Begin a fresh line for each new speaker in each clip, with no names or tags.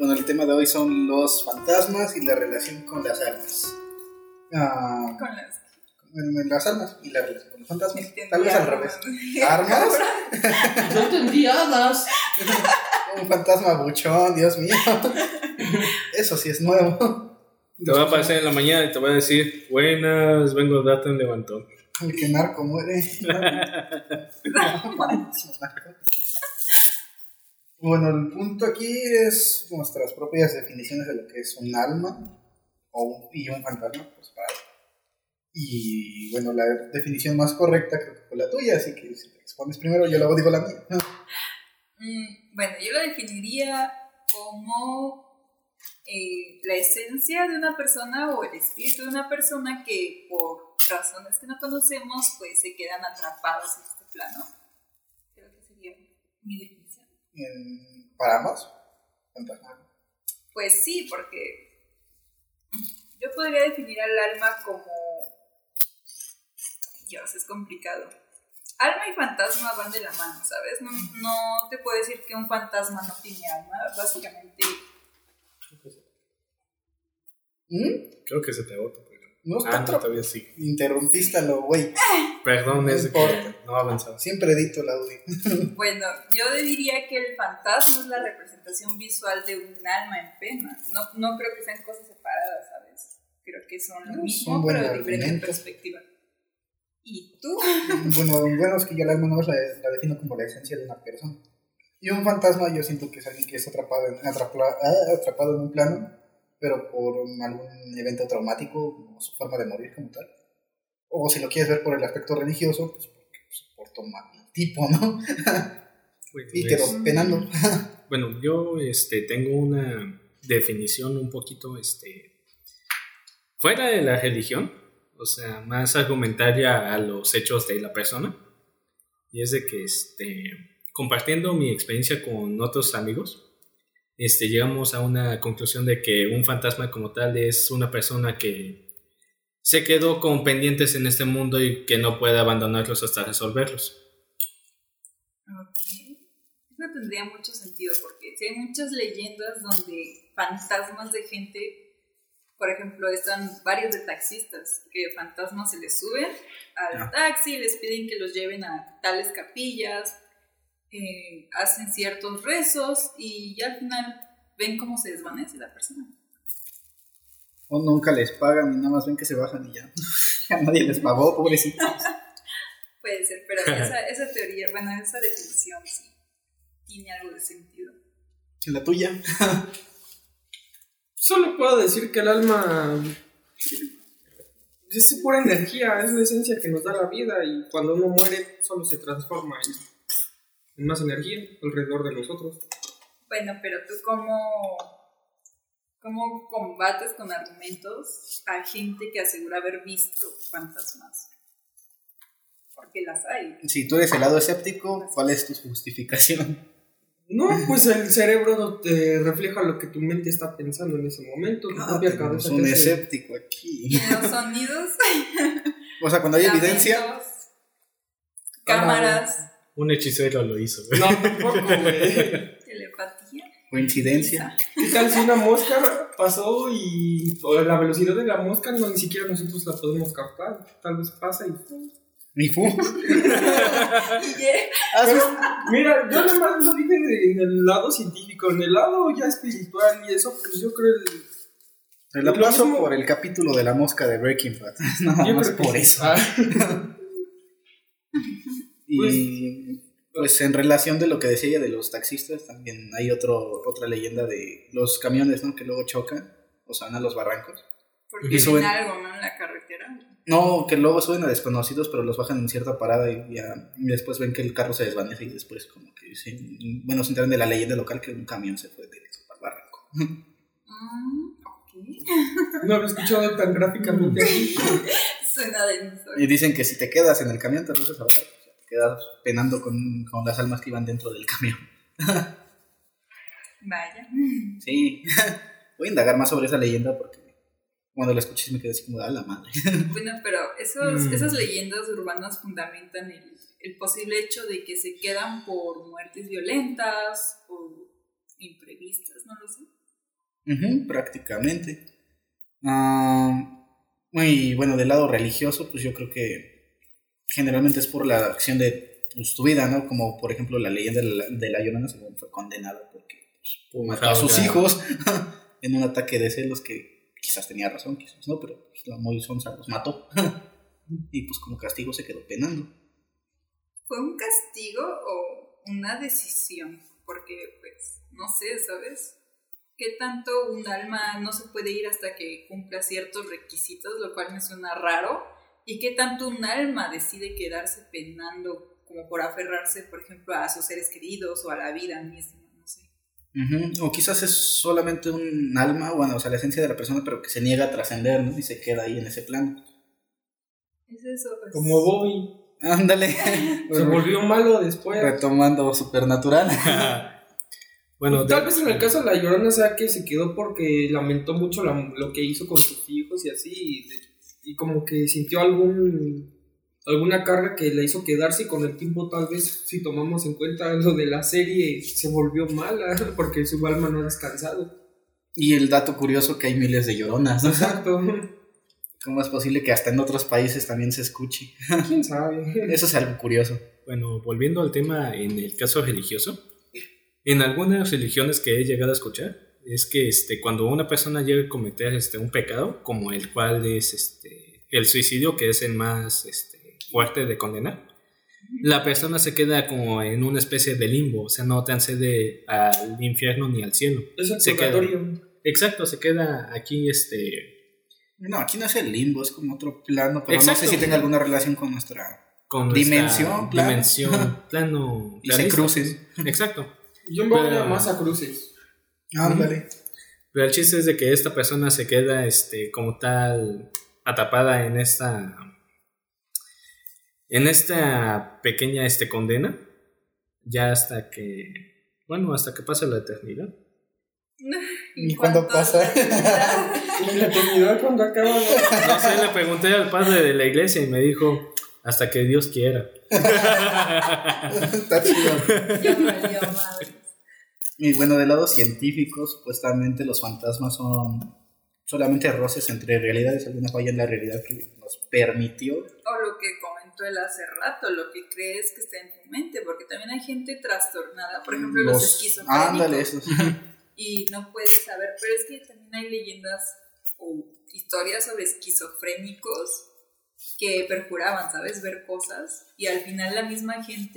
Bueno, el tema de hoy son los fantasmas y la relación con las almas. Con las almas y la relación con los fantasmas. Tal vez al revés. ¿Armas?
Yo entendí hadas.
Un fantasma buchón, Dios mío. Eso sí es nuevo.
Te va a aparecer en la mañana y te va a decir: buenas, vengo a darte un levantón.
El que narco muere. Bueno, el punto aquí es nuestras propias definiciones de lo que es un alma y un fantasma, pues para. Y bueno, la definición más correcta creo que fue la tuya, así que si te expones primero, yo luego digo la mía.
Bueno, yo lo definiría como la esencia de una persona o el espíritu de una persona que por razones que no conocemos pues se quedan atrapados en este plano. Creo que sería mi definición.
¿Para ambas? ¿Fantasma?
Pues sí, porque yo podría definir al alma como... Dios, es complicado. Alma y fantasma van de la mano, ¿sabes? No te puedo decir que un fantasma no tiene alma, básicamente.
Creo que se te agotó, pero
no está
todavía sí.
Interrumpiste lo güey.
Perdón, es que no avanzaba.
Siempre edito el audio.
Bueno, yo diría que el fantasma es la representación visual de un alma en pena. No creo que sean cosas separadas, ¿sabes? Creo que son lo mismo, pero de diferente perspectiva. ¿Y tú?
Bueno, es que yo el alma no la defino como la esencia de una persona. Y un fantasma yo siento que es alguien que es atrapado en un plano, pero por algún evento traumático, como su forma de morir como tal. O si lo quieres ver por el aspecto religioso, pues porque se portó mal el tipo, ¿no? Y quedó penando.
Bueno, yo tengo una definición un poquito fuera de la religión. O sea, más argumentaria a los hechos de la persona. Y es de que compartiendo mi experiencia con otros amigos, llegamos a una conclusión de que un fantasma como tal es una persona que se quedó con pendientes en este mundo y que no puede abandonarlos hasta resolverlos.
Ok. Eso tendría mucho sentido porque si hay muchas leyendas donde fantasmas de gente... Por ejemplo, están varios de taxistas que fantasmas se les suben al taxi, les piden que los lleven a tales capillas, hacen ciertos rezos y ya al final ven cómo se desvanece la persona.
O nunca les pagan y nada más ven que se bajan y ya. Ya nadie les pagó, pobrecitos.
Puede ser, pero esa teoría, bueno, esa definición sí tiene algo de sentido.
¿Y la tuya?
Solo puedo decir que el alma es pura energía, es la esencia que nos da la vida y cuando uno muere solo se transforma en más energía alrededor de nosotros.
Bueno, pero tú ¿cómo combates con argumentos a gente que asegura haber visto fantasmas? Porque las hay.
Si tú eres el lado escéptico, ¿cuál es tu justificación?
No, pues el cerebro te refleja lo que tu mente está pensando en ese momento. Tu propia cabeza.
Un escéptico aquí.
¿Y los sonidos?
O sea, cuando hay evidencia.
Cámaras.
Un hechicero lo hizo, güey.
No, tampoco, güey.
Telepatía.
Coincidencia.
¿Qué tal si una mosca pasó y la velocidad de la mosca ni siquiera nosotros la podemos captar? Tal vez pasa y...
Ni fu.
Mira, yo nada más lo dije en el lado científico, en el lado ya espiritual y eso, pues yo creo
el aplauso por el capítulo de la mosca de Breaking Bad. Nada más por eso. Y pues en relación de lo que decía ella de los taxistas, también hay otra leyenda de los camiones, ¿no? Que luego chocan o se van a los barrancos.
Porque ven algo, ¿no? En la carretera.
No, que luego suben a desconocidos, pero los bajan en cierta parada y después ven que el carro se desvanece y después como que se enteran de la leyenda local que un camión se fue directo para el barranco.
Okay.
No había escuchado tan gráficamente aquí.
Suena denso.
Y dicen que si te quedas en el camión te rozas a ver, te quedas penando con las almas que iban dentro del camión.
Vaya.
Sí, voy a indagar más sobre esa leyenda porque cuando la escuché me quedé así como, la madre.
Bueno, pero esas leyendas urbanas fundamentan el posible hecho de que se quedan por muertes violentas o imprevistas, no lo sé.
Prácticamente. Y bueno, del lado religioso, pues yo creo que generalmente es por la acción de tu vida, ¿no? Como por ejemplo la leyenda de la Llorona, según fue condenada porque pues, mató a sus hijos en un ataque de celos que quizás tenía razón, quizás no, pero pues, la muy sonsa los mató. Y pues como castigo se quedó penando.
¿Fue un castigo o una decisión? Porque, pues, no sé, ¿sabes? ¿Qué tanto un alma no se puede ir hasta que cumpla ciertos requisitos, lo cual me suena raro? ¿Y qué tanto un alma decide quedarse penando como por aferrarse, por ejemplo, a sus seres queridos o a la vida misma? No sé.
O quizás es solamente un alma, bueno, o sea, la esencia de la persona, pero que se niega a trascender, ¿no? Y se queda ahí en ese plano.
Es eso, pues.
Como Bobby.
Ándale.
Se volvió malo después.
Retomando Supernatural.
Bueno,
tal vez en el caso de la Llorona sea que se quedó porque lamentó mucho lo que hizo con sus hijos y así, y como que sintió alguna carga que le hizo quedarse, y con el tiempo tal vez, si tomamos en cuenta lo de la serie, se volvió mala porque su alma no ha descansado.
Y el dato curioso que hay miles de lloronas, ¿no?
Exacto.
¿Cómo es posible que hasta en otros países también se escuche?
¿Quién sabe?
Eso es algo curioso.
Bueno, volviendo al tema en el caso religioso, en algunas religiones que he llegado a escuchar, es que cuando una persona llega a cometer un pecado, como el cual es el suicidio, que es el más fuerte de condenar, la persona se queda como en una especie de limbo, o sea, no transcede al infierno ni al cielo.
Es el
se
purgatorio.
queda, exacto, se queda aquí
No, aquí no es el limbo, es como otro plano, pero
exacto.
No sé si tenga alguna relación con nuestra
dimensión,
plano.
plano
y se crucen.
Exacto.
Yo me voy más a cruces.
Ándale.
Pero el chiste es de que esta persona se queda como tal atrapada en esta pequeña condena, ya hasta que pase la eternidad.
¿Y cuándo pasa?
¿Y la eternidad cuando acaba?
No sé, le pregunté al padre de la iglesia y me dijo, hasta que Dios quiera.
Está chido.
Ya valió madre.
Y bueno, del lado científico, supuestamente los fantasmas son solamente roces entre realidades, alguna falla en la realidad que nos permitió.
O lo que comentó él hace rato, lo que crees que está en tu mente, porque también hay gente trastornada, por ejemplo los esquizofrénicos.
Ándale, esos.
Y no puedes saber, pero es que también hay leyendas o historias sobre esquizofrénicos que perjuraban, ¿sabes? Ver cosas, y al final la misma gente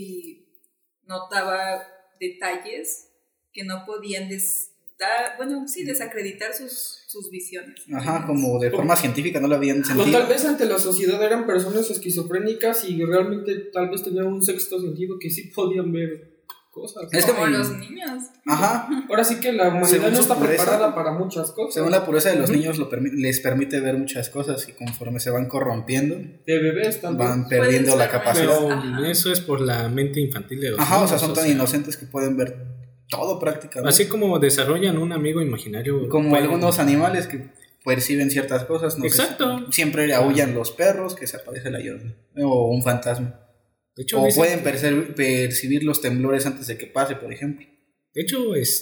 notaba detalles que no podían desacreditar sus visiones.
Ajá, como de forma científica no lo habían sentido.
O tal vez ante la sociedad eran personas esquizofrénicas y realmente tal vez tenían un sexto sentido que sí podían ver cosas.
Es
como los niños.
Ajá.
Ahora sí que la humanidad no está preparada para muchas cosas.
Según la pureza de los niños les permite ver muchas cosas, y conforme se van corrompiendo,
de bebés también
van perdiendo la capacidad.
Pero eso es por la mente infantil de los niños.
O sea, son tan inocentes que pueden ver todo prácticamente.
Así como desarrollan un amigo imaginario.
Como algunos animales que perciben ciertas cosas. No
exacto.
Sé, siempre aúllan los perros, que se aparece la Llorona o un fantasma.
De hecho,
o pueden percibir los temblores antes de que pase, por ejemplo.
De hecho,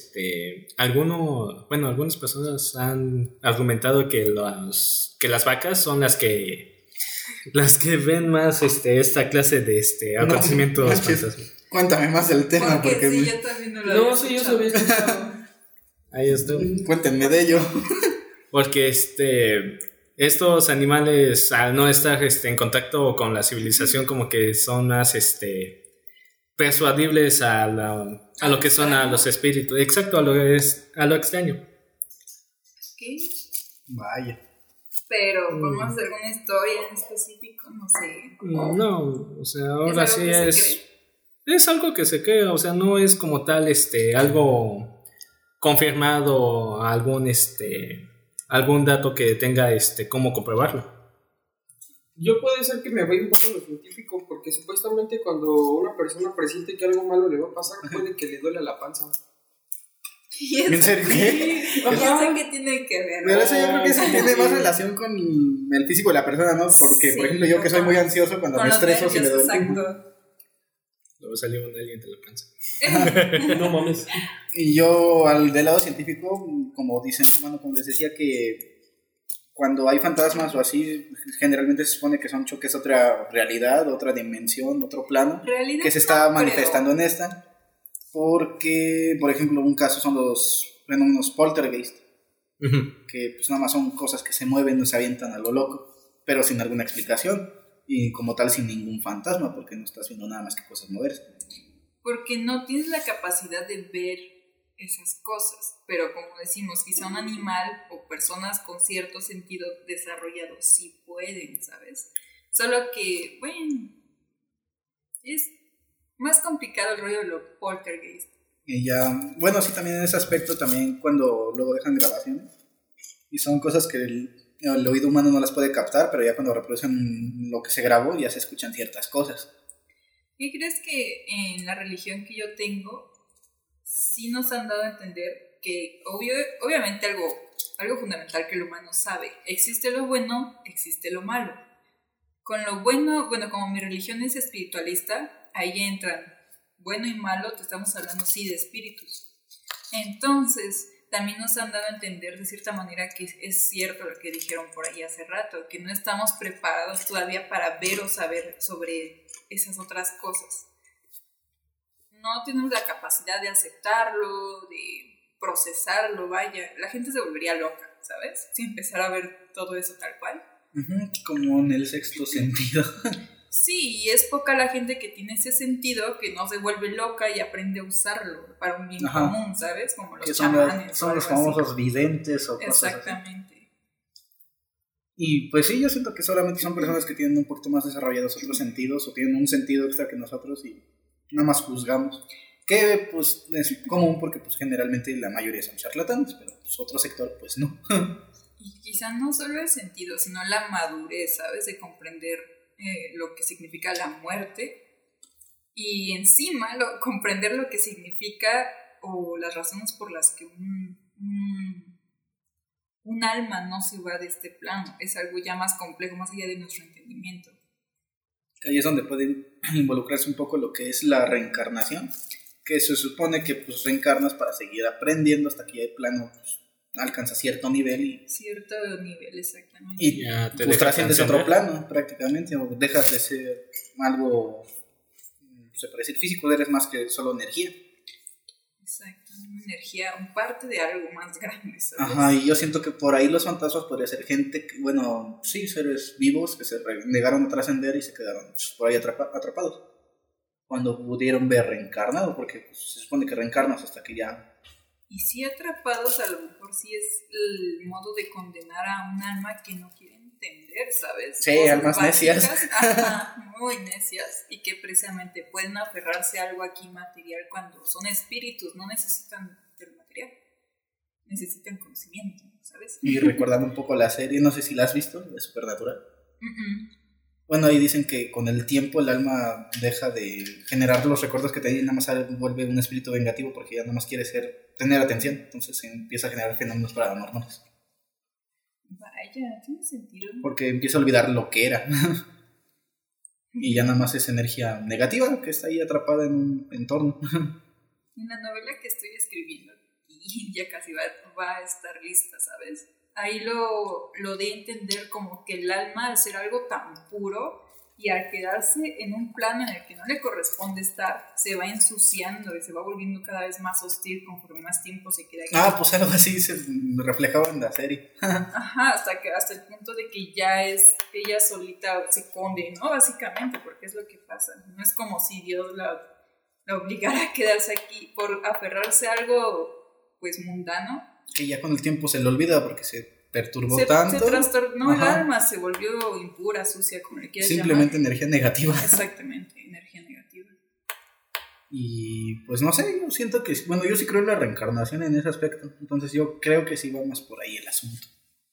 algunas personas han argumentado que las vacas son las que ven más esta clase de acontecimientos fantasmas.
Cuéntame más del tema, porque
sí, yo también no lo había
yo sabía escuchado.
Ahí está.
Cuéntenme de ello.
Porque estos animales, al no estar en contacto con la civilización, como que son más persuadibles a lo que son a los espíritus. Exacto, a lo extraño.
¿Qué?
Vaya.
Pero podemos hacer alguna historia en específico, no sé.
No, o sea, ahora sí es algo que se cree, o sea, no es como tal algo confirmado, algún dato que tenga cómo comprobarlo.
Yo puede ser que me vaya un poco a lo científico, porque supuestamente cuando una persona presiente que algo malo le va a pasar, puede que le duele la panza.
¿En serio qué?
No sé qué tiene que ver.
Pero eso yo creo que sí tiene más relación con el físico de la persona, ¿no? Porque, por ejemplo, yo que soy muy ansioso, cuando me estreso, si me duele.
Exacto.
Luego salió un alien de la panza.
No mames.
Y yo, del lado científico, como dicen, bueno, como les decía, que cuando hay fantasmas o así, generalmente se supone que son choques a otra realidad, otra dimensión, otro plano,
Realidad
que se está
no
manifestando en esta. Porque, por ejemplo, un caso son los fenómenos poltergeist, que pues nada más son cosas que se mueven o se avientan a lo loco, pero sin alguna explicación, y como tal sin ningún fantasma, porque no estás viendo nada más que cosas moverse.
Porque no tienes la capacidad de ver esas cosas, pero como decimos, quizá un animal o personas con cierto sentido desarrollado sí pueden, ¿sabes? Solo que, bueno, es más complicado el rollo de los poltergeist.
Y ya, bueno, sí, también en ese aspecto, también cuando luego dejan grabaciones, y son cosas que el oído humano no las puede captar, pero ya cuando reproducen lo que se grabó ya se escuchan ciertas cosas.
¿Qué crees que en la religión que yo tengo sí nos han dado a entender que obviamente algo fundamental que el humano sabe? Existe lo bueno, existe lo malo. Con lo bueno, como mi religión es espiritualista, ahí entran bueno y malo, te estamos hablando sí de espíritus. Entonces, también nos han dado a entender de cierta manera que es cierto lo que dijeron por ahí hace rato, que no estamos preparados todavía para ver o saber sobre esas otras cosas. No tenemos la capacidad de aceptarlo, de procesarlo, vaya. La gente se volvería loca, ¿sabes? Si empezara a ver todo eso tal cual.
Como en el sexto sentido.
Sí, y es poca la gente que tiene ese sentido, que no se vuelve loca y aprende a usarlo para un bien común, ¿sabes? Como los chamanes.
Son los famosos videntes o cosas así.
Exactamente.
Y pues sí, yo siento que solamente son personas que tienen un poquito más desarrollados otros sentidos o tienen un sentido extra que nosotros y nada más juzgamos. Que pues es común porque pues generalmente la mayoría son charlatanes, pero pues otro sector pues no.
Y quizá no solo el sentido, sino la madurez, ¿sabes? De comprender lo que significa la muerte y encima comprender lo que significa o las razones por las que un alma no se va de este plano. Es algo ya más complejo, más allá de nuestro entendimiento.
Ahí es donde pueden involucrarse un poco lo que es la reencarnación, que se supone que pues reencarnas para seguir aprendiendo hasta que ya el plano pues, alcanza cierto nivel y
Exactamente.
Y
ya te
pues trasciendes a otro
trascender.
plano prácticamente, o dejas de ser algo, se puede decir físico, eres más que solo energía.
Exacto, una energía, un parte de algo más grande, ¿sabes?
Ajá, y yo siento que por ahí los fantasmas podría ser gente, bueno, sí, seres vivos que se negaron a trascender y se quedaron pues, por ahí atrapados. Cuando pudieron ver reencarnado, porque pues, se supone que reencarnas hasta que ya...
Y si atrapados, a lo mejor sí es el modo de condenar a un alma que no quiere entender, ¿sabes?
Sí,
cosas
almas
básicas,
necias.
Ajá, muy necias, y que precisamente pueden aferrarse a algo aquí material cuando son espíritus, no necesitan del material, necesitan conocimiento, ¿sabes?
Y recordando un poco la serie, no sé si la has visto, de Supernatural. Bueno, ahí dicen que con el tiempo el alma deja de generar los recuerdos que te y nada más vuelve un espíritu vengativo porque ya nada más quiere tener atención, entonces se empieza a generar fenómenos paranormales.
Vaya, tiene sentido.
Porque empieza a olvidar lo que era. Y ya nada más es energía negativa que está ahí atrapada en un entorno.
En la novela que estoy escribiendo, y ya casi va a estar lista, ¿sabes? Ahí lo de entender como que el alma, al ser algo tan puro y al quedarse en un plano en el que no le corresponde estar, se va ensuciando y se va volviendo cada vez más hostil conforme más tiempo se queda aquí.
Pues algo así se reflejaba en la serie.
Ajá, hasta el punto de que ya es ella solita se conde, ¿no? Básicamente, porque es lo que pasa. No es como si Dios la obligara a quedarse aquí por aferrarse a algo pues mundano.
Que ya con el tiempo se le olvida porque se perturbó tanto.
Se trastornó el alma, se volvió impura, sucia, como le quieras
simplemente
llamar.
Energía negativa.
Exactamente, energía negativa.
Y pues no sé, yo siento que, bueno, yo sí creo en la reencarnación en ese aspecto. Entonces yo creo que sí va más por ahí el asunto.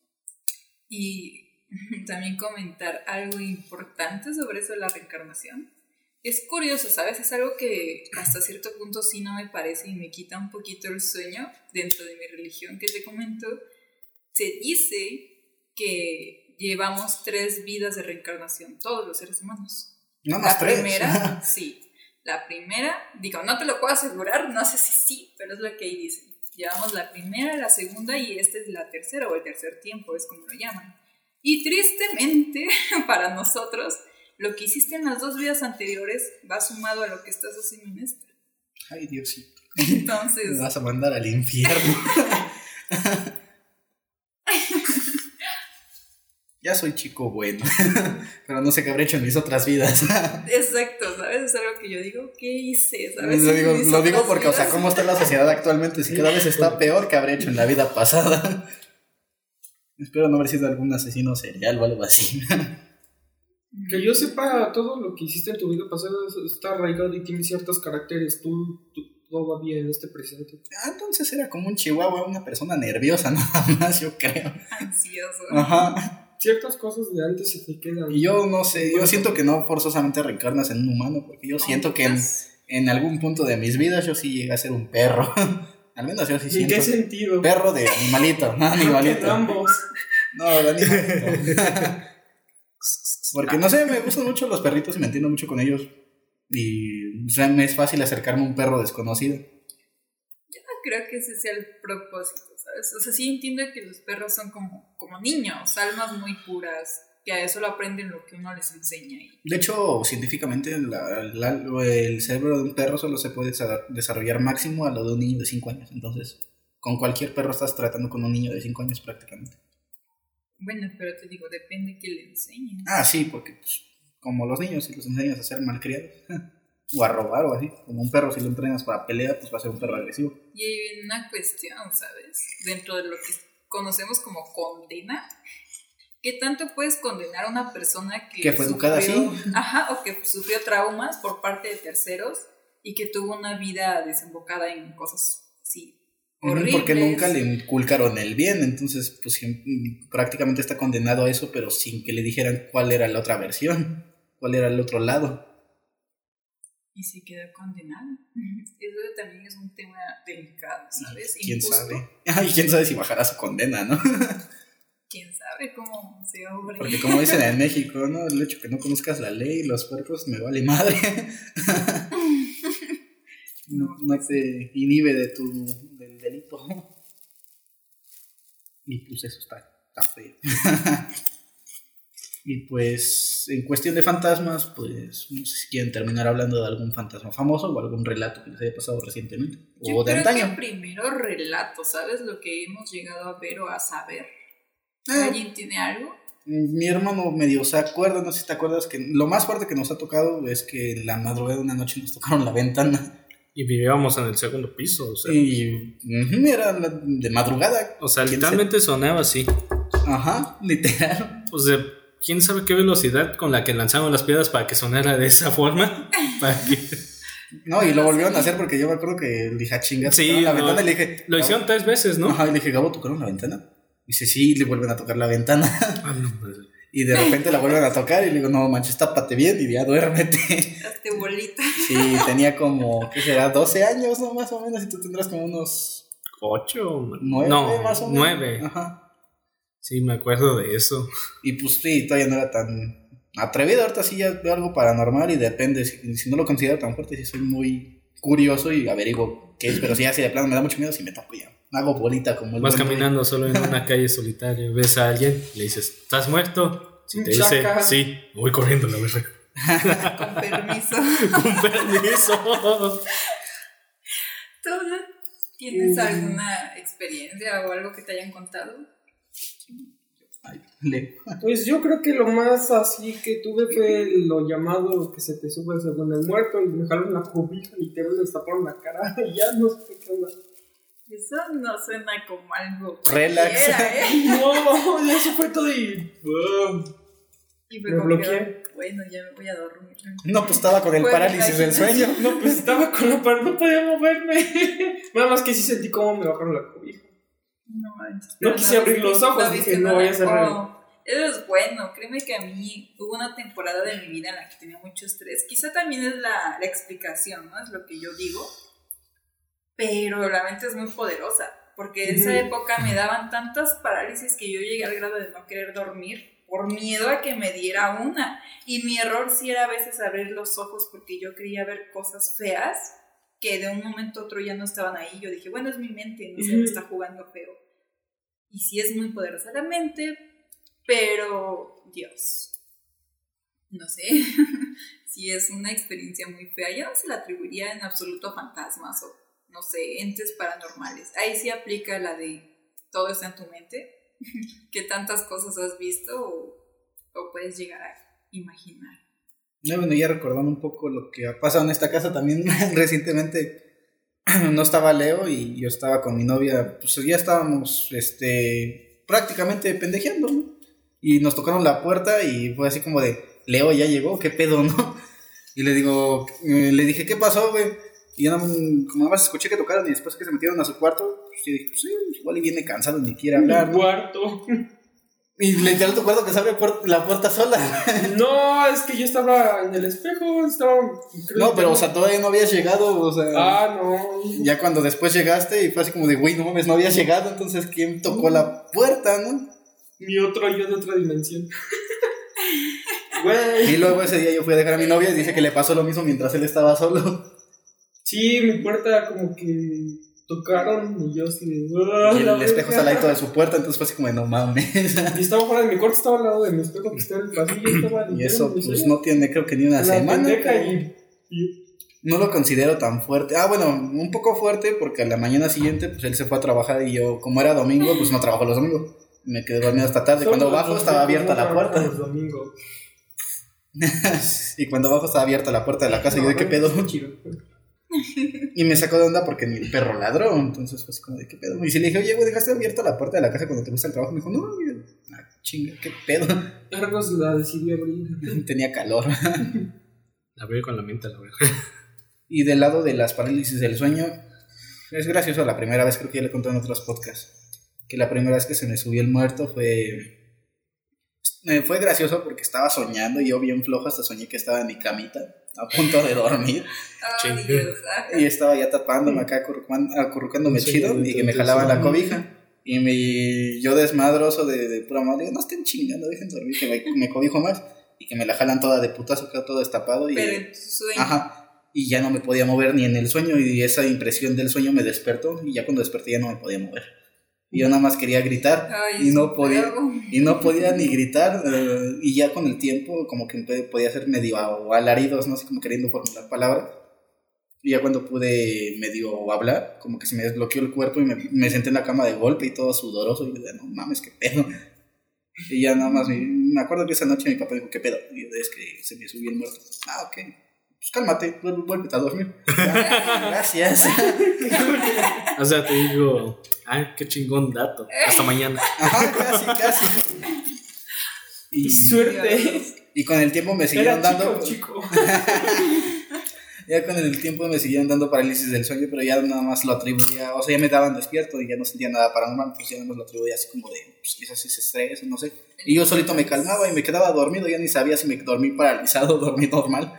Y también comentar algo importante sobre eso de la reencarnación. Es curioso, ¿sabes? Es algo que hasta cierto punto sí no me parece y me quita un poquito el sueño dentro de mi religión que te comento. Se dice que llevamos 3 vidas de reencarnación, todos los seres humanos.
No más 3.
Primera, sí. la primera, digo, no te lo puedo asegurar, no sé si sí, pero es lo que ahí dicen. Llevamos la primera, la segunda y esta es la tercera o el tercer tiempo, es como lo llaman. Y tristemente, para nosotros, lo que hiciste en las 2 vidas anteriores va sumado a lo que estás haciendo en esta.
Ay, Diosito.
Entonces...
Me vas a mandar al infierno. Ya soy chico bueno, pero no sé qué habré hecho en mis otras vidas.
Exacto, ¿sabes? Es algo que yo digo, ¿qué hice? ¿Sabes?
Lo digo porque, o sea, ¿cómo está la sociedad actualmente? Si cada vez está peor que habré hecho en la vida pasada. Espero no haber sido algún asesino serial o algo así.
Que yo sepa, todo lo que hiciste en tu vida pasada está arraigado y tiene ciertos caracteres. Tú todavía en este presente.
Entonces era como un chihuahua, una persona nerviosa nada más, yo creo.
Ansioso.
Ajá.
Ciertas cosas de antes se te quedan.
Y yo no sé, yo siento que no forzosamente reencarnas en un humano, porque yo siento que en algún punto de mis vidas yo sí llegué a ser un perro. Al menos yo sí siento.
¿En qué sentido?
Perro de animalito, no animalito.
En ambos.
No, de animalito. Porque no sé, me gustan mucho los perritos y me entiendo mucho con ellos. Y o sea, me es fácil acercarme a un perro desconocido.
Yo no creo que ese sea el propósito, ¿sabes? O sea, sí entiendo que los perros son como niños, almas muy puras, que a eso lo aprenden lo que uno les enseña.
De hecho, científicamente, el cerebro de un perro solo se puede desarrollar máximo a lo de un niño de 5 años. Entonces, con cualquier perro estás tratando con un niño de 5 años prácticamente.
Bueno, pero te digo, depende que le enseñes.
Sí, porque pues, como los niños, si los enseñas a ser malcriados o a robar o así, como un perro, si lo entrenas para pelea, pues va a ser un perro agresivo.
Y hay una cuestión, ¿sabes? Dentro de lo que conocemos como condena, ¿qué tanto puedes condenar a una persona que
fue educada así?
Ajá, o que sufrió traumas por parte de terceros y que tuvo una vida desembocada en cosas así horribles?
Porque nunca le inculcaron el bien, entonces pues prácticamente está condenado a eso, pero sin que le dijeran cuál era la otra versión, cuál era el otro lado.
Y se quedó condenado. Eso también es un tema delicado, ¿sabes?
¿Quién sabe? Y quién sabe si bajará su condena, ¿no?
¿Quién sabe cómo se va a morir?
Porque como dicen en México, ¿no? El hecho que no conozcas la ley, los perros, me vale madre. No te inhibe del delito. Y pues eso está feo. Y pues en cuestión de fantasmas, pues no sé si quieren terminar hablando de algún fantasma famoso o algún relato que les haya pasado recientemente.
Yo
o de
creo
antaño.
que primero relato, ¿sabes? Lo que hemos llegado a ver o a saber. ¿Alguien tiene algo?
Mi hermano medio se acuerda, no sé si te acuerdas, que lo más fuerte que nos ha tocado es que en la madrugada de una noche nos tocaron la ventana.
Y vivíamos en el segundo piso, o sea.
Y era de madrugada.
O sea, literalmente sonaba así.
Ajá, literal.
O sea, ¿quién sabe qué velocidad con la que lanzaron las piedras para que sonara de esa forma?
No, y lo volvieron a hacer porque yo me acuerdo que le dije, chinga,
sí,
la ventana y le dije...
Lo hicieron 3 veces, ¿no?
Ajá, y le dije, Gabo, ¿tocaron la ventana? Y dice, sí, le vuelven a tocar la ventana.
No, pues.
Y de repente la vuelven a tocar y le digo, no manches, tápate bien y ya duérmete.
Hazte bolita.
Sí, tenía como, ¿qué será? 12 años, ¿no? Más o menos, y tú tendrás como unos...
8,
9,
no,
más o menos.
9.
Ajá.
Sí, me acuerdo de eso.
Y pues sí, todavía no era tan atrevido. Ahorita sí ya veo algo paranormal y depende. Si no lo considero tan fuerte, sí soy muy curioso y averiguo qué es. Pero si de plano me da mucho miedo, si me toco ya. Hago bolita como el...
Vas caminando solo en una calle solitaria, ves a alguien, le dices, ¿estás muerto? Si te dice, sí, voy corriendo, la verdad.
Con permiso.
Con permiso.
¿Tú tienes alguna experiencia o algo que te hayan contado?
Pues yo creo que lo más así que tuve fue lo llamado que se te sube según el muerto y me jalaron la cobija, literal, le taparon la cara y ya no sé qué onda.
Eso no suena como algo
relax.
No, eso fue todo y
fue
me bloqueé.
Bueno, ya me voy a dormir.
No, pues estaba con el parálisis del sueño.
No, pues estaba con la pared, no podía moverme. Nada más que sí sentí cómo me bajaron la cobija.
No manches.
No quise abrir los ojos, dije, no voy a cerrar.
Eso es bueno, créeme que a mí hubo una temporada de mi vida en la que tenía mucho estrés. Quizá también es la explicación, ¿no? Es lo que yo digo. Pero la mente es muy poderosa, porque en esa época me daban tantas parálisis que yo llegué al grado de no querer dormir, por miedo a que me diera una. Y mi error sí era a veces abrir los ojos porque yo quería ver cosas feas que de un momento a otro ya no estaban ahí. Yo dije, bueno, es mi mente, no sé, me está jugando feo. Y sí es muy poderosa la mente, pero Dios, no sé, sí es una experiencia muy fea. Yo no se la atribuiría en absoluto a fantasmas o, no sé, entes paranormales. Ahí sí aplica la de todo está en tu mente. ¿Qué tantas cosas has visto o puedes llegar a imaginar?
Bueno, ya recordando un poco lo que ha pasado en esta casa también recientemente, no estaba Leo y yo estaba con mi novia, pues ya estábamos prácticamente pendejeando, ¿no? Y nos tocaron la puerta y fue así como de, Leo ya llegó, ¿qué pedo, no? Y le dije, ¿qué pasó, güey? Y yo como nada más escuché que tocaron y después que se metieron a su cuarto, pues yo dije, pues sí, igual y viene cansado, ni quiere hablar, ¿no?
Cuarto.
Y literal tu cuarto que se abre la puerta sola.
No, es que yo estaba en el espejo,
No, pero o sea, todavía no habías llegado, o sea.
Ah, no.
Ya cuando después llegaste y fue así como de, güey, no mames, no habías llegado, entonces ¿quién tocó la puerta, no?
Mi otro yo de otra dimensión. Güey.
Y luego ese día yo fui a dejar a mi novia y dice que le pasó lo mismo mientras él estaba solo.
Sí, mi puerta como que tocaron y yo así de...
Y el espejo está al lado de su puerta, entonces fue así como de, no mames.
Y estaba fuera de mi cuarto, estaba al lado de mi espejo que estaba en el pasillo. Estaba
Y eso pues no tiene creo que ni una semana.
Y
no lo considero tan fuerte. Ah, bueno, un poco fuerte porque a la mañana siguiente pues él se fue a trabajar y yo, como era domingo, pues no trabajo los domingos. Me quedé dormido hasta tarde. Cuando bajo estaba abierta la puerta.
Los domingos.
Y cuando bajo estaba abierta la puerta de la casa y yo de qué pedo. Y me sacó de onda porque mi perro ladró. Entonces fue así como de qué pedo. Y si le dije, oye, güey, dejaste abierta la puerta de la casa cuando te gusta el trabajo. Me dijo, no, güey, chinga, qué pedo.
Argos la decidió abrir.
Tenía calor.
La veo con la mente, la veo.
Y del lado de las parálisis del sueño, es gracioso. La primera vez, creo que ya le conté en otros podcasts, que la primera vez que se me subió el muerto fue gracioso porque estaba soñando y yo bien flojo hasta soñé que estaba en mi camita a punto de dormir.
Oh, Dios.
Y estaba ya tapándome acá, acurrucándome chido y que me jalaban la cobija. Y yo desmadroso de pura madre, digo, no estén chingando, dejen dormir, que me cobijo más. Y que me la jalan toda de putazo, quedó todo destapado.
Pero en tu sueño.
Ajá. Y ya no me podía mover ni en el sueño y esa impresión del sueño me despertó y ya cuando desperté ya no me podía mover. Y yo nada más quería gritar.
Ay,
y no podía ni gritar y ya con el tiempo como que podía hacer medio alaridos, no sé, como queriendo formular palabras. Y ya cuando pude medio hablar, como que se me desbloqueó el cuerpo y me senté en la cama de golpe y todo sudoroso y dije, no mames, qué pedo. Y ya nada más me acuerdo que esa noche mi papá dijo, ¿qué pedo? Y yo, es que se me subió el muerto. Ah, ok, pues cálmate, vuélvete a dormir. Gracias.
O sea, te digo, ay, qué chingón dato. Hasta mañana.
Ajá, casi. Y
suerte.
Y con el tiempo me siguieron dando.
Chico.
Ya con el tiempo me siguieron dando parálisis del sueño, pero ya nada más lo atribuía, o sea, ya me daban despierto y ya no sentía nada paranormal, pues ya nada más lo atribuía así como de, pues quizás es estrés, no sé. Y yo solito me calmaba y me quedaba dormido, ya ni sabía si me dormí paralizado o dormí normal.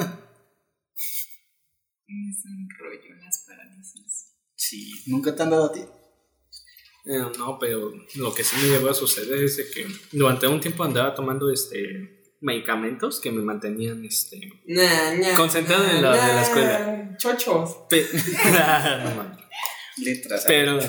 Es un rollo las parálisis.
Sí, ¿nunca te han dado a ti?
No, pero lo que sí me llegó a suceder es de que durante un tiempo andaba tomando medicamentos que me mantenían concentrado en la de la escuela.
Chochos.
No mames.
Letras.
Pero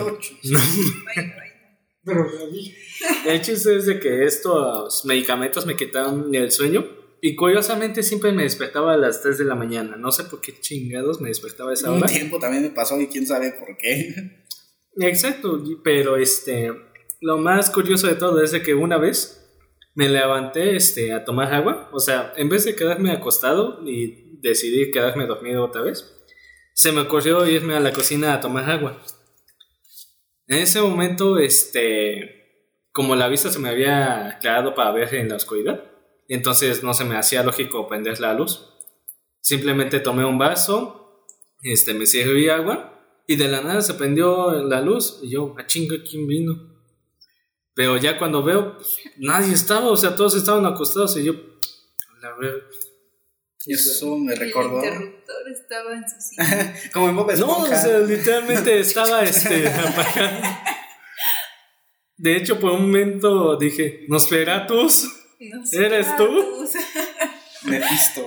el chiste es de que estos medicamentos me quitaron el sueño y curiosamente siempre me despertaba a las 3 de la mañana. No sé por qué chingados me despertaba a esa hora.
Un tiempo también me pasó y quién sabe por qué.
Exacto, pero lo más curioso de todo es de que una vez me levanté a tomar agua, o sea, en vez de quedarme acostado y decidí quedarme dormido otra vez, se me ocurrió irme a la cocina a tomar agua. En ese momento, como la vista se me había aclarado para ver en la oscuridad, entonces no se me hacía lógico prender la luz. Simplemente tomé un vaso, me serví agua y de la nada se prendió la luz y yo, a chinga, ¿quién vino? Pero ya cuando veo, pues, nadie estaba, o sea, todos estaban acostados y yo, la verdad.
Y eso me recordó.
El interruptor estaba en su sitio.
Como en Bob Esponja.
No, o sea, literalmente estaba apagado. De hecho, por un momento dije, ¿Nosferatus? ¿Eres tú?
Mephisto.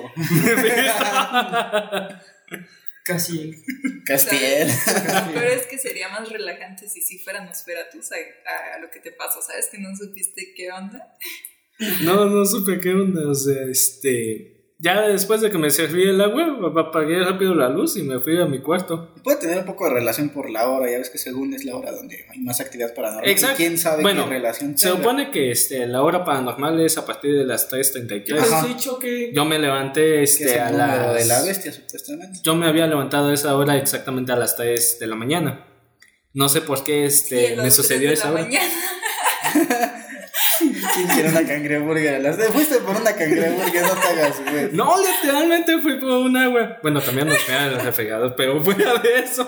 Casi.
Castiel.
Pero es que sería más relajante si sí fuera Nosferatus a lo que te pasó, ¿sabes? Que no supiste qué onda.
No supe qué onda, o sea, ya después de que me serví el agua, apagué rápido la luz y me fui a mi cuarto.
Puede tener un poco de relación por la hora, ya ves que según es la hora donde hay más actividad paranormal.
Exacto.
¿Quién sabe qué relación
se
tenga?
supone que la hora paranormal es a partir de las 3:33.
¿Has dicho que
Yo me levanté
Que es el
a
número
las...
de la bestia, supuestamente.
Yo me había levantado a esa hora exactamente a las 3 de la mañana. No sé por qué me sucedió esa hora.
Quiero una cangreburger. Fuiste por una cangreburger, no te hagas, güey.
No, literalmente fui por un agua. Bueno, también nos fue al refrigerador, pero fuera de eso.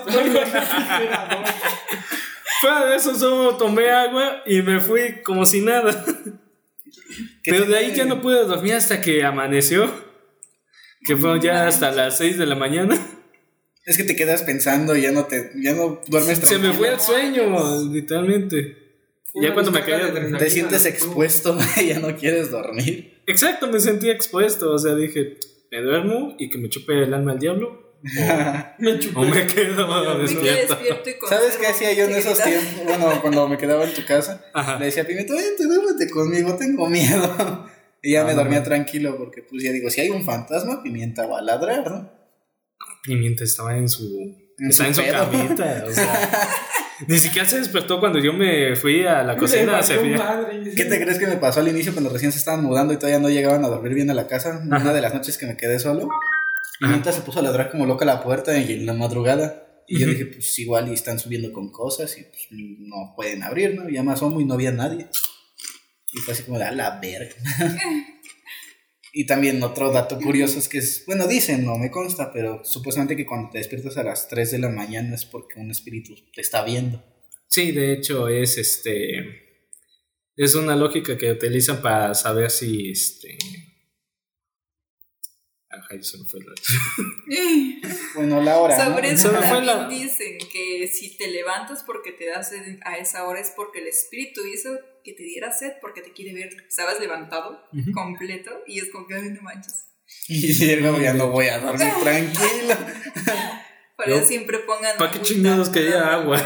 Fuera de eso, solo tomé agua y me fui como si nada. Pero de ahí ya no pude dormir hasta que amaneció. Que fue ya hasta las 6 de la mañana.
Es que te quedas pensando y ya no duermes tranquilo.
Se me fue el sueño, literalmente. Ya cuando me caí,
te sientes expuesto y ya no quieres dormir.
Exacto, me sentí expuesto. O sea, dije, me duermo y que me chupe el alma al diablo. O me quedo despierto.
¿Sabes qué hacía yo en esos tiempos? Bueno, cuando me quedaba en tu casa, le decía a Pimiento, duérmete conmigo, tengo miedo. Y ya me dormía tranquilo porque pues ya digo, si hay un fantasma, Pimienta va a ladrar, ¿no?
Pimienta estaba en su camita, o sea, ni siquiera se despertó cuando yo me fui a la cocina.
¿Qué te crees que me pasó al inicio cuando recién se estaban mudando y todavía no llegaban a dormir bien a la casa? Ajá. Una de las noches que me quedé solo, Pimienta se puso a ladrar como loca a la puerta en la madrugada. Y yo dije, pues igual y están subiendo con cosas y pues no pueden abrir, ¿no? Y ya me asomo y no había nadie. Y fue así como de a la verga. Y también otro dato curioso es que bueno, dicen, no me consta, pero supuestamente que cuando te despiertas a las 3 de la mañana es porque un espíritu te está viendo.
Sí, de hecho es es una lógica que utilizan para saber si Ajá, eso no fue
Bueno, la hora.
Sobre
¿no?
eso también dicen que si te levantas porque te da sed a esa hora es porque el espíritu hizo que te diera sed porque te quiere ver. Estabas levantado completo y es como que ay, no manches.
Y ya no voy a dormir tranquilo.
Por eso siempre pongan.
¿Para qué chingados quería agua?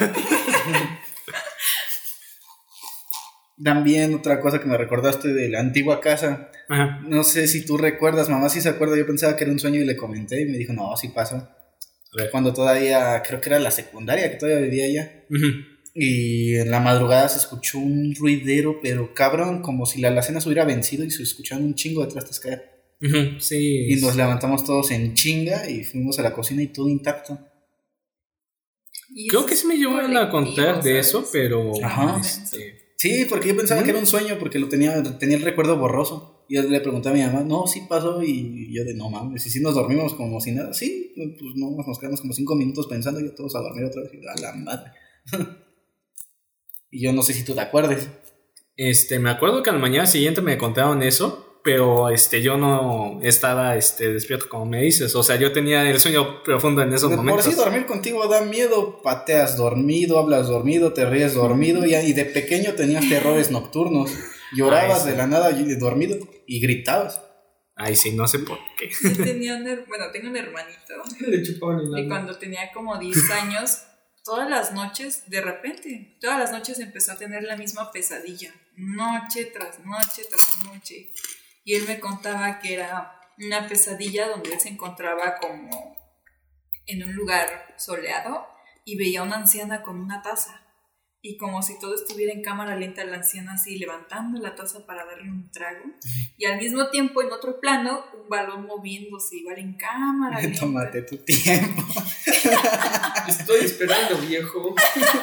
También otra cosa que me recordaste de la antigua casa. Ajá. No sé si tú recuerdas, mamá sí se acuerda, yo pensaba que era un sueño y le comenté y me dijo, no, sí pasa. Cuando todavía, creo que era la secundaria, que todavía vivía allá. Y en la madrugada se escuchó un ruidero, pero cabrón, como si la alacena se hubiera vencido y se escuchaban un chingo de trastes caer.
Sí.
Y nos levantamos todos en chinga y fuimos a la cocina y todo intacto.
Creo que sí me llevaron a contar de eso, pero...
Ajá. Sí, porque yo pensaba que era un sueño, porque tenía el recuerdo borroso. Y yo le pregunté a mi mamá, no, sí pasó. Y yo de, no mames, y si nos dormimos como si nada. Sí, pues no, nos quedamos como 5 minutos pensando y todos a dormir otra vez. Y a la madre. Y yo no sé si tú te acuerdes.
Me acuerdo que a la mañana siguiente me contaron eso. Pero yo no estaba despierto como me dices. O sea, yo tenía el sueño profundo en esos momentos.
Por si dormir contigo da miedo. Pateas dormido, hablas dormido, te ríes dormido. Y de pequeño tenías terrores nocturnos. Llorabas de la nada dormido y gritabas.
Ay, sí, no sé por qué.
Yo tengo un hermanito. Y cuando tenía como 10 años, todas las noches, de repente, todas las noches empezó a tener la misma pesadilla. Noche tras noche tras noche. Y él me contaba que era una pesadilla donde él se encontraba como en un lugar soleado y veía a una anciana con una taza. Y como si todo estuviera en cámara lenta, la anciana así levantando la taza para darle un trago. Y al mismo tiempo, en otro plano, un balón moviéndose igual en cámara lenta.
Tómate tu tiempo.
Estoy esperando, viejo.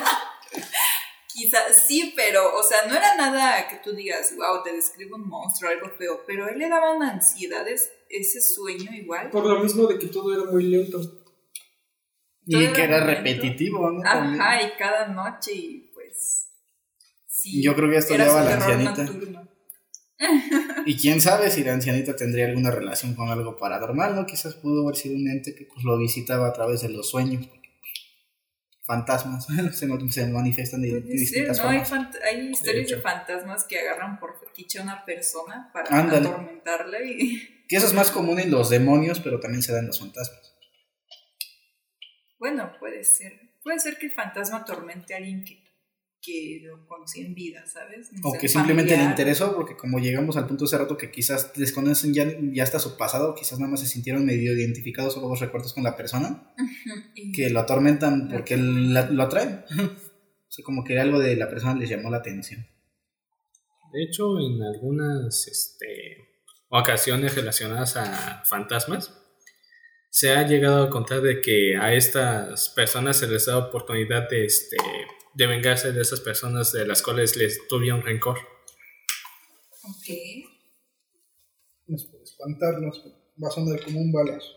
Quizás sí, pero, o sea, no era nada que tú digas, wow, te describo un monstruo, algo feo, pero a él le daba una ansiedad ese sueño igual.
Por lo mismo de que todo era muy lento.
Y que era repetitivo, ¿no?
Ajá, y cada noche, y pues, sí.
Yo creo que esto lleva a la ancianita.
Nocturno.
Y quién sabe si la ancianita tendría alguna relación con algo paranormal, ¿no? Quizás pudo haber sido un ente que pues lo visitaba a través de los sueños. fantasmas se manifiestan de
Puede ser,
distintas
¿no?
formas.
Hay historias de
hecho.
fantasmas que agarran por fetiche a una persona para
Ándale.
atormentarla y...
Que eso es más común en los demonios, pero también se da en los fantasmas.
Bueno, puede ser. Puede ser que el fantasma atormente a alguien que lo conocía en vida, ¿sabes? No
O
sé,
que simplemente le
familiar.
interesó, porque como llegamos al punto hace rato que quizás desconocen ya hasta su pasado, quizás nada más se sintieron medio identificados o los recuerdos con la persona,
Y-
que lo atormentan porque lo atraen. O sea, como que algo de la persona les llamó la atención.
De hecho, en algunas ocasiones relacionadas a fantasmas, se ha llegado a contar de que a estas personas se les da oportunidad de vengarse de esas personas de las cuales les tuvieron rencor.
Ok.
Nos puede espantar, va a sonar como un balazo.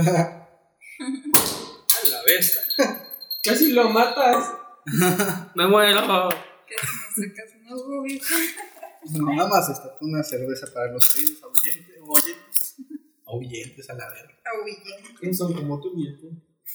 ¡A la bestia!
Casi lo matas.
¡Me muero!
Casi me sacas un ojo, viejo.
Nada más está una cerveza para los oídos ahuyentes a la verga.
Ahuyendo.
¿Quién son como tú, viejo?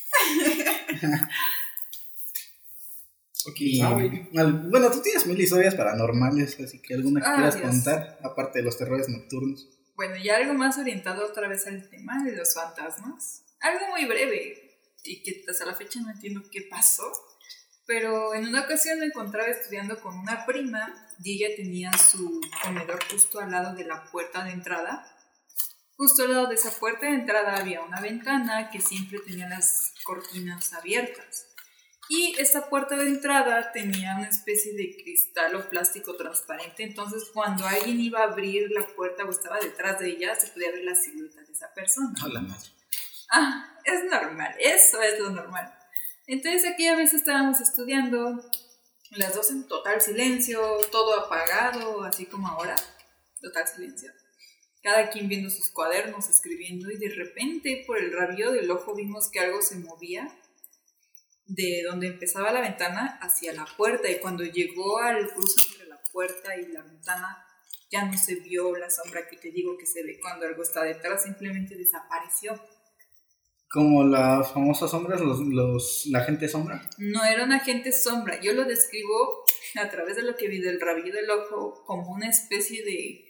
Y,
sabe?
bueno, tú tienes 1000 historias paranormales, así que alguna que quieras
Dios.
contar, aparte de los terrores nocturnos.
Bueno, ya algo más orientado otra vez al tema de los fantasmas. Algo muy breve y que hasta la fecha no entiendo qué pasó. Pero en una ocasión me encontraba estudiando con una prima y ella tenía su comedor justo al lado de la puerta de entrada. Justo al lado de esa puerta de entrada había una ventana que siempre tenía las cortinas abiertas. Y esa puerta de entrada tenía una especie de cristal o plástico transparente, entonces cuando alguien iba a abrir la puerta o estaba detrás de ella, se podía ver la silueta de esa persona.
A la madre.
Es normal, eso es lo normal. Entonces aquella vez estábamos estudiando, las dos en total silencio, todo apagado, así como ahora, total silencio. Cada quien viendo sus cuadernos, escribiendo, y de repente por el rabillo del ojo vimos que algo se movía de donde empezaba la ventana hacia la puerta, y cuando llegó al cruce entre la puerta y la ventana ya no se vio la sombra que te digo que se ve cuando algo está detrás, simplemente desapareció.
Como las famosas sombras, la gente sombra.
No era un agente sombra, yo lo describo a través de lo que vi del rabillo del ojo como una especie de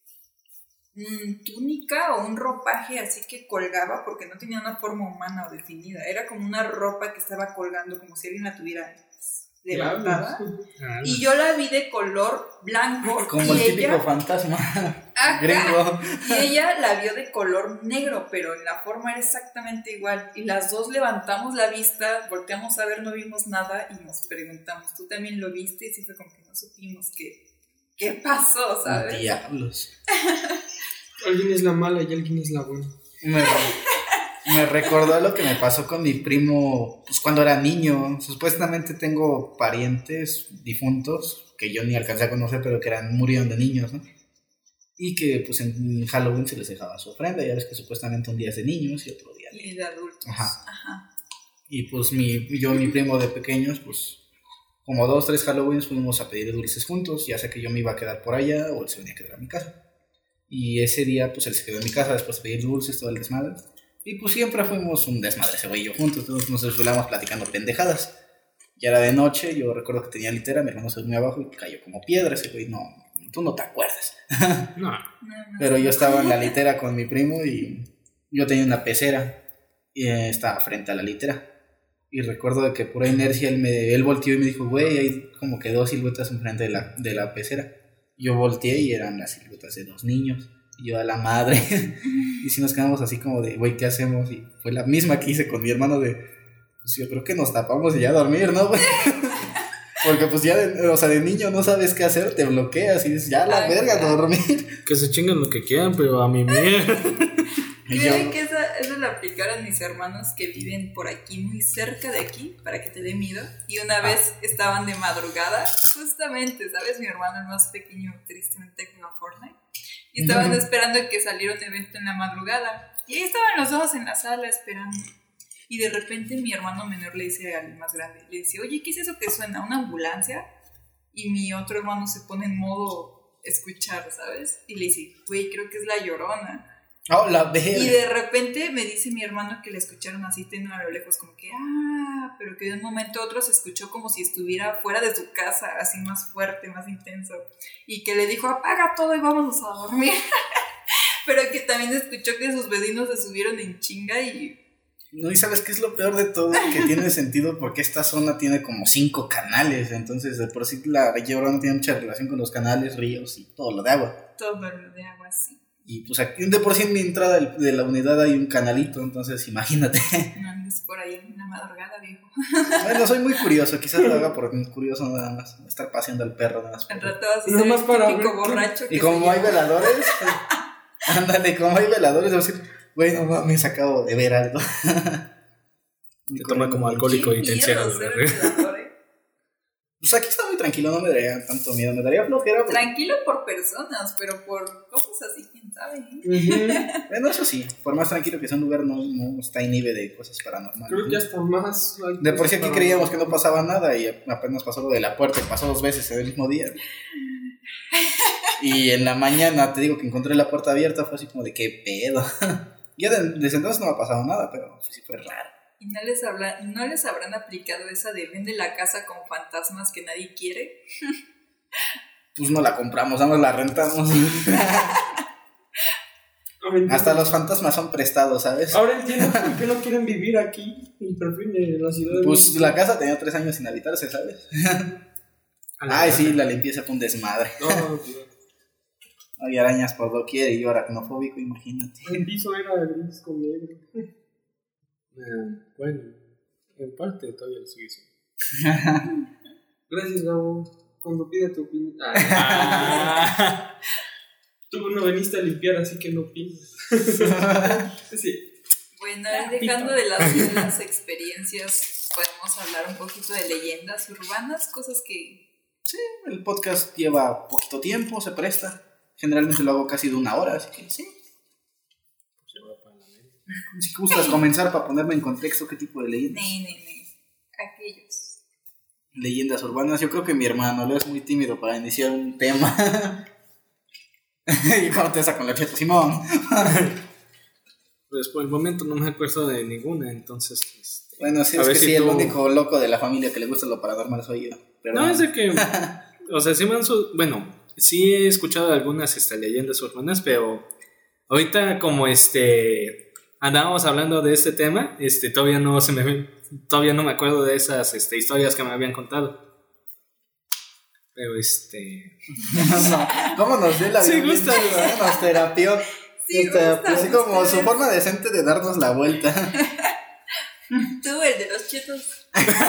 túnica o un ropaje así que colgaba, porque no tenía una forma humana o definida, era como una ropa que estaba colgando como si alguien la tuviera levantada, y yo la vi de color blanco
Como
y
el típico
ella,
fantasma
ajá,
gringo.
y ella la vio de color negro, pero en la forma era exactamente igual, y las dos levantamos la vista, volteamos a ver, no vimos nada y nos preguntamos, ¿tú también lo viste? Y sí fue como que no supimos qué pasó, ¿sabes?
Diablos.
Alguien es la mala y alguien es la buena.
Me recordó a lo que me pasó con mi primo pues, cuando era niño. Supuestamente tengo parientes difuntos que yo ni alcancé a conocer, pero que murieron de niños, ¿no? Y que pues en Halloween se les dejaba su ofrenda. Ya ves que supuestamente un día es de niños y otro día
Y de adultos.
Ajá. Y pues yo y mi primo de pequeños, pues como 2, 3 Halloweens fuimos a pedir dulces juntos, ya sea que yo me iba a quedar por allá o él se venía a quedar a mi casa. Y ese día pues él se quedó en mi casa después de pedir dulces, todo el desmadre. Y pues siempre fuimos un desmadre ese güey y yo juntos, entonces nos desvelamos platicando pendejadas. Ya era de noche, yo recuerdo que tenía litera, mi hermano se durmió abajo y cayó como piedra. Ese güey, no, tú no te acuerdas.
No.
Pero yo estaba en la litera con mi primo y yo tenía una pecera y estaba frente a la litera. Y recuerdo de que por inercia él volteó y me dijo, güey, hay como que 2 siluetas enfrente de la pecera. Yo volteé y eran las siluetas de 2 niños. Y yo, a la madre. Y si nos quedamos así como de, güey, ¿qué hacemos? Y fue la misma que hice con mi hermano de, pues yo creo que nos tapamos y ya a dormir, ¿no, güey? Porque pues ya, de niño no sabes qué hacer, te bloqueas y dices, ya la verga, a dormir.
Que se chinguen lo que quieran, pero a mí mierda.
Creo que esa la aplicaron mis hermanos que viven por aquí, muy cerca de aquí, para que te dé miedo. Y una vez estaban de madrugada, justamente, ¿sabes? Mi hermano el más pequeño tristemente jugaba Fortnite. Y estaban esperando que saliera un evento en la madrugada. Y ahí estaban los dos en la sala esperando. Y de repente mi hermano menor le dice al más grande, le dice, oye, ¿qué es eso que suena? ¿Una ambulancia? Y mi otro hermano se pone en modo escuchar, ¿sabes? Y le dice, güey, creo que es la Llorona.
Oh, la verga.
Y de repente me dice mi hermano que le escucharon así, teniendo a lo lejos, como que, pero que de un momento a otro se escuchó como si estuviera fuera de su casa, así más fuerte, más intenso. Y que le dijo, apaga todo y vámonos a dormir. Pero que también escuchó que sus vecinos se subieron en chinga y...
No, y ¿sabes qué es lo peor de todo? Que tiene sentido porque esta zona tiene como 5 canales, entonces de por sí la Llorona no tiene mucha relación con los canales, ríos y todo lo de agua.
Todo lo de agua, sí.
Y pues aquí de por sí en mi entrada de la unidad hay un canalito, entonces imagínate.
No andes por ahí en una madrugada, viejo.
Bueno, soy muy curioso, quizás lo haga por curioso nada más, estar paseando al perro nada más.
Al rato vas a ser
Nomás
el
para
típico
ver
borracho que
Y como
se
hay
lleva.
veladores, ándale, como hay veladores, voy a decir, bueno, mames, acabo de ver algo.
Te toma como alcohólico y te encierra
Qué
la
miedo ser
verga.
el velador,
Pues aquí está muy tranquilo, no me daría tanto miedo, me daría flojera. Porque...
Tranquilo por personas, pero por cosas así, quién sabe.
Bueno, eso sí, por más tranquilo que sea un lugar, no está inhibe de cosas paranormales.
Creo que hasta más.
De por sí aquí creíamos que no pasaba nada y apenas pasó lo de la puerta y pasó 2 veces en el mismo día. Y en la mañana te digo que encontré la puerta abierta, fue así como de qué pedo. Ya desde entonces no me ha pasado nada, pero sí fue raro.
¿Y no les habrán aplicado esa de vende la casa con fantasmas que nadie quiere?
Pues no la compramos, nada más la rentamos. Hasta los fantasmas son prestados, ¿sabes?
Ahora entiendo por qué no quieren vivir aquí y prefieren la ciudad de
Pues
México.
la casa tenía 3 años sin habitarse, ¿sabes? Ay, sí, la limpieza fue un desmadre.
No, tío.
Había arañas por doquier y yo aracnofóbico, imagínate.
El piso era gris con negro.
Bueno, en parte todavía lo sigue siendo.
Gracias, Gabo. Cuando pide tu opinión. Tú no veniste a limpiar, así que no pides. Sí.
Bueno, dejando de las experiencias, podemos hablar un poquito de leyendas urbanas, cosas que...
Sí, el podcast lleva poquito tiempo, se presta. Generalmente lo hago casi de 1 hora, así que sí. Si gustas comenzar para ponerme en contexto, ¿qué tipo de leyendas?
Aquellos.
Leyendas urbanas, yo creo que mi hermano Leo es muy tímido para iniciar un tema. Y cuando te sacan la cheta, Simón.
Pues por el momento no me acuerdo de ninguna, entonces.
Bueno, sí,
a
es
ver
que
si
sí, el
tú-
único loco de la familia que le gusta lo paranormal soy yo. Pero
No, es de que. O sea, sí me han. Bueno, sí he escuchado algunas leyendas urbanas, pero ahorita, como andábamos hablando de este tema, todavía no me acuerdo de esas historias que me habían contado. Pero
no, ¿cómo nos dio la
Sí,
bien
gusta.
chido, ¿eh? Nos terapió.
Sí,
Nos terapió, así como
ustedes.
su forma decente de darnos la vuelta.
Tú, el de los chetos.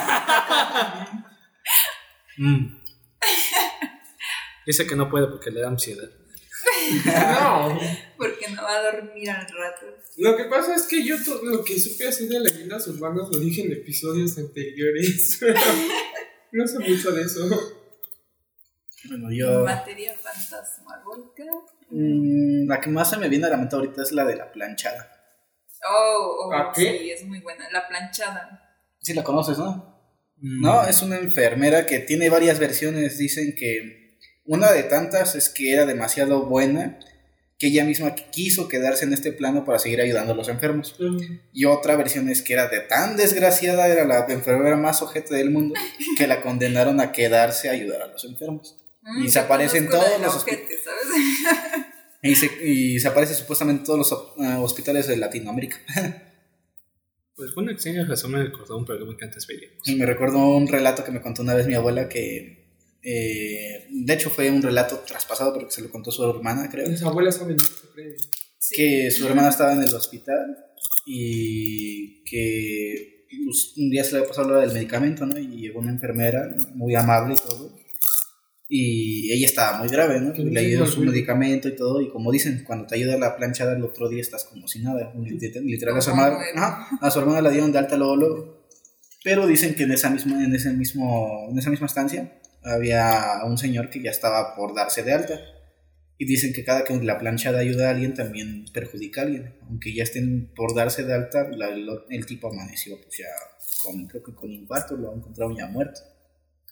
Dice que no puede porque le da ansiedad.
No.
Porque no va a dormir al rato.
Lo que pasa es que yo todo lo que supe así de leyendas urbanas lo dije en episodios anteriores. No sé mucho de eso.
Bueno, yo.
Materia fantasmagórica.
La que más se me viene a la mente ahorita es la de la planchada.
¿A qué?
Sí, es muy buena. La planchada.
Sí la conoces, ¿no? No, es una enfermera que tiene varias versiones. Dicen que una de tantas es que era demasiado buena, que ella misma quiso quedarse en este plano para seguir ayudando a los enfermos. Y otra versión es que era de tan desgraciada, era la enfermera más ojete del mundo, que la condenaron a quedarse a ayudar a los enfermos. Y se aparecen
conozco la
todos
de
los
la ojete, ¿sabes?
Y se aparece supuestamente en todos los hospitales de Latinoamérica.
Pues fue una extraña razón, me recordó un programa que antes veíamos.
Y me recuerdo un relato que me contó una vez mi abuela que... de hecho fue un relato traspasado porque se lo contó su hermana, creo.
Mis abuelas saben mucho, creo.
Sí.
Que su hermana estaba en el hospital y que pues, un día se le había pasado la hora del medicamento, ¿no? Y llegó una enfermera muy amable y todo. Y ella estaba muy grave, ¿no?
Que
Le ayudó
sí,
su medicamento y todo. Y como dicen, cuando te ayuda la planchada el otro día estás como si nada. Literal, a su hermana, a su hermana la dieron de alta luego. Pero dicen que en esa misma estancia había un señor que ya estaba por darse de alta. Y dicen que cada que la planchada ayuda a alguien también perjudica a alguien. Aunque ya estén por darse de alta, el tipo amaneció pues ya creo que con infarto, lo encontraron ya muerto.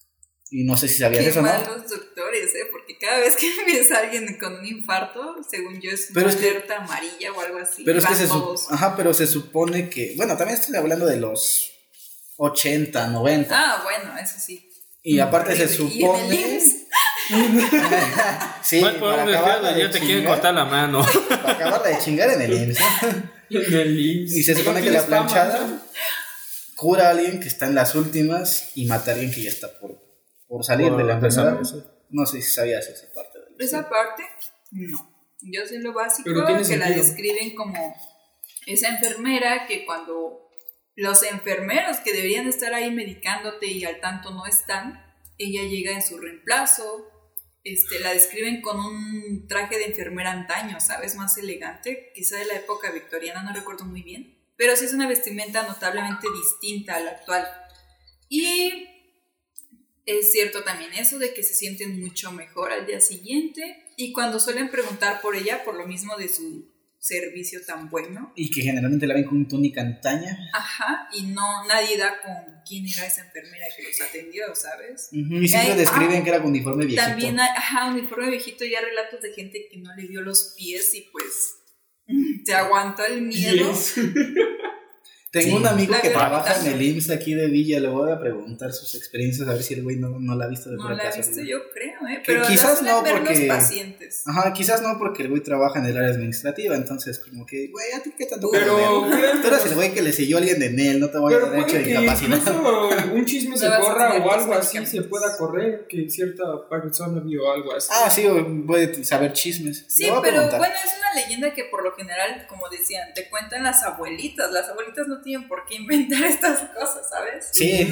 Y no sé si sabías
Qué
eso, ¿no?
malos doctores, porque cada vez que ves a alguien con un infarto, según yo es una
Pero es que-
alerta amarilla o algo así.
Pero es que
Van todos.
pero se supone que, bueno, también estoy hablando de los 80, 90.
Ah, bueno, eso sí.
Y aparte se
Horrible. Y en el
supone...
IMSS,
Sí,
Vas por
para
un desfile
acabarla
y ya
de
te quieren
chingar,
cortar la mano.
para acabarla de chingar en el IMSS.
En el IMSS.
Y se supone
¿No
que la
tienes fama?
planchada cura a alguien que está en las últimas y mata a alguien que ya está por salir de la enfermedad. No sé si sabías esa parte.
esa parte, no. Yo sé lo básico,
Pero tiene
que la
sentido.
describen como esa enfermera que cuando los enfermeros que deberían estar ahí medicándote y al tanto no están, ella llega en su reemplazo. La describen con un traje de enfermera antaño, ¿sabes? Más elegante, quizá de la época victoriana, no recuerdo muy bien, pero sí es una vestimenta notablemente distinta a la actual. Y es cierto también eso de que se sienten mucho mejor al día siguiente, y cuando suelen preguntar por ella, por lo mismo de su servicio tan bueno,
Y que generalmente la ven con túnica antaña.
ajá, y no, nadie da con quién era esa enfermera que los atendió, ¿sabes?
Y siempre describen que era con uniforme viejito.
También hay, uniforme viejito, ya relatos de gente que no le vio los pies y pues se aguantó el miedo.
Yes.
Tengo
Sí,
un amigo
la
que
veo
trabaja en
ahorita.
el IMSS aquí de Villa, le voy a preguntar sus experiencias, a ver si el güey no la ha visto de
No
pura
la he visto,
casualidad.
yo creo,
Que
pero
quizás
la suelen
no,
ver
porque-
los pacientes.
Ajá, quizás no porque el güey trabaja en el área administrativa, entonces como que, güey, ¿a ti qué tanto
Pero
tú eres el güey que le selló a alguien en él, no te voy a
Pero
dar derecho
puede
de
que
incapacidad.
incluso un chisme se
No vas a
corra
tener
o algo
tus
así
medicamentos.
se pueda correr, que cierta persona vio algo así.
Ah, sí, puede saber chismes.
Sí,
Le voy a
pero
preguntar.
bueno, es una leyenda que por lo general, como decían, te cuentan las abuelitas. Las abuelitas no tienen por qué inventar estas cosas, ¿sabes?
Sí.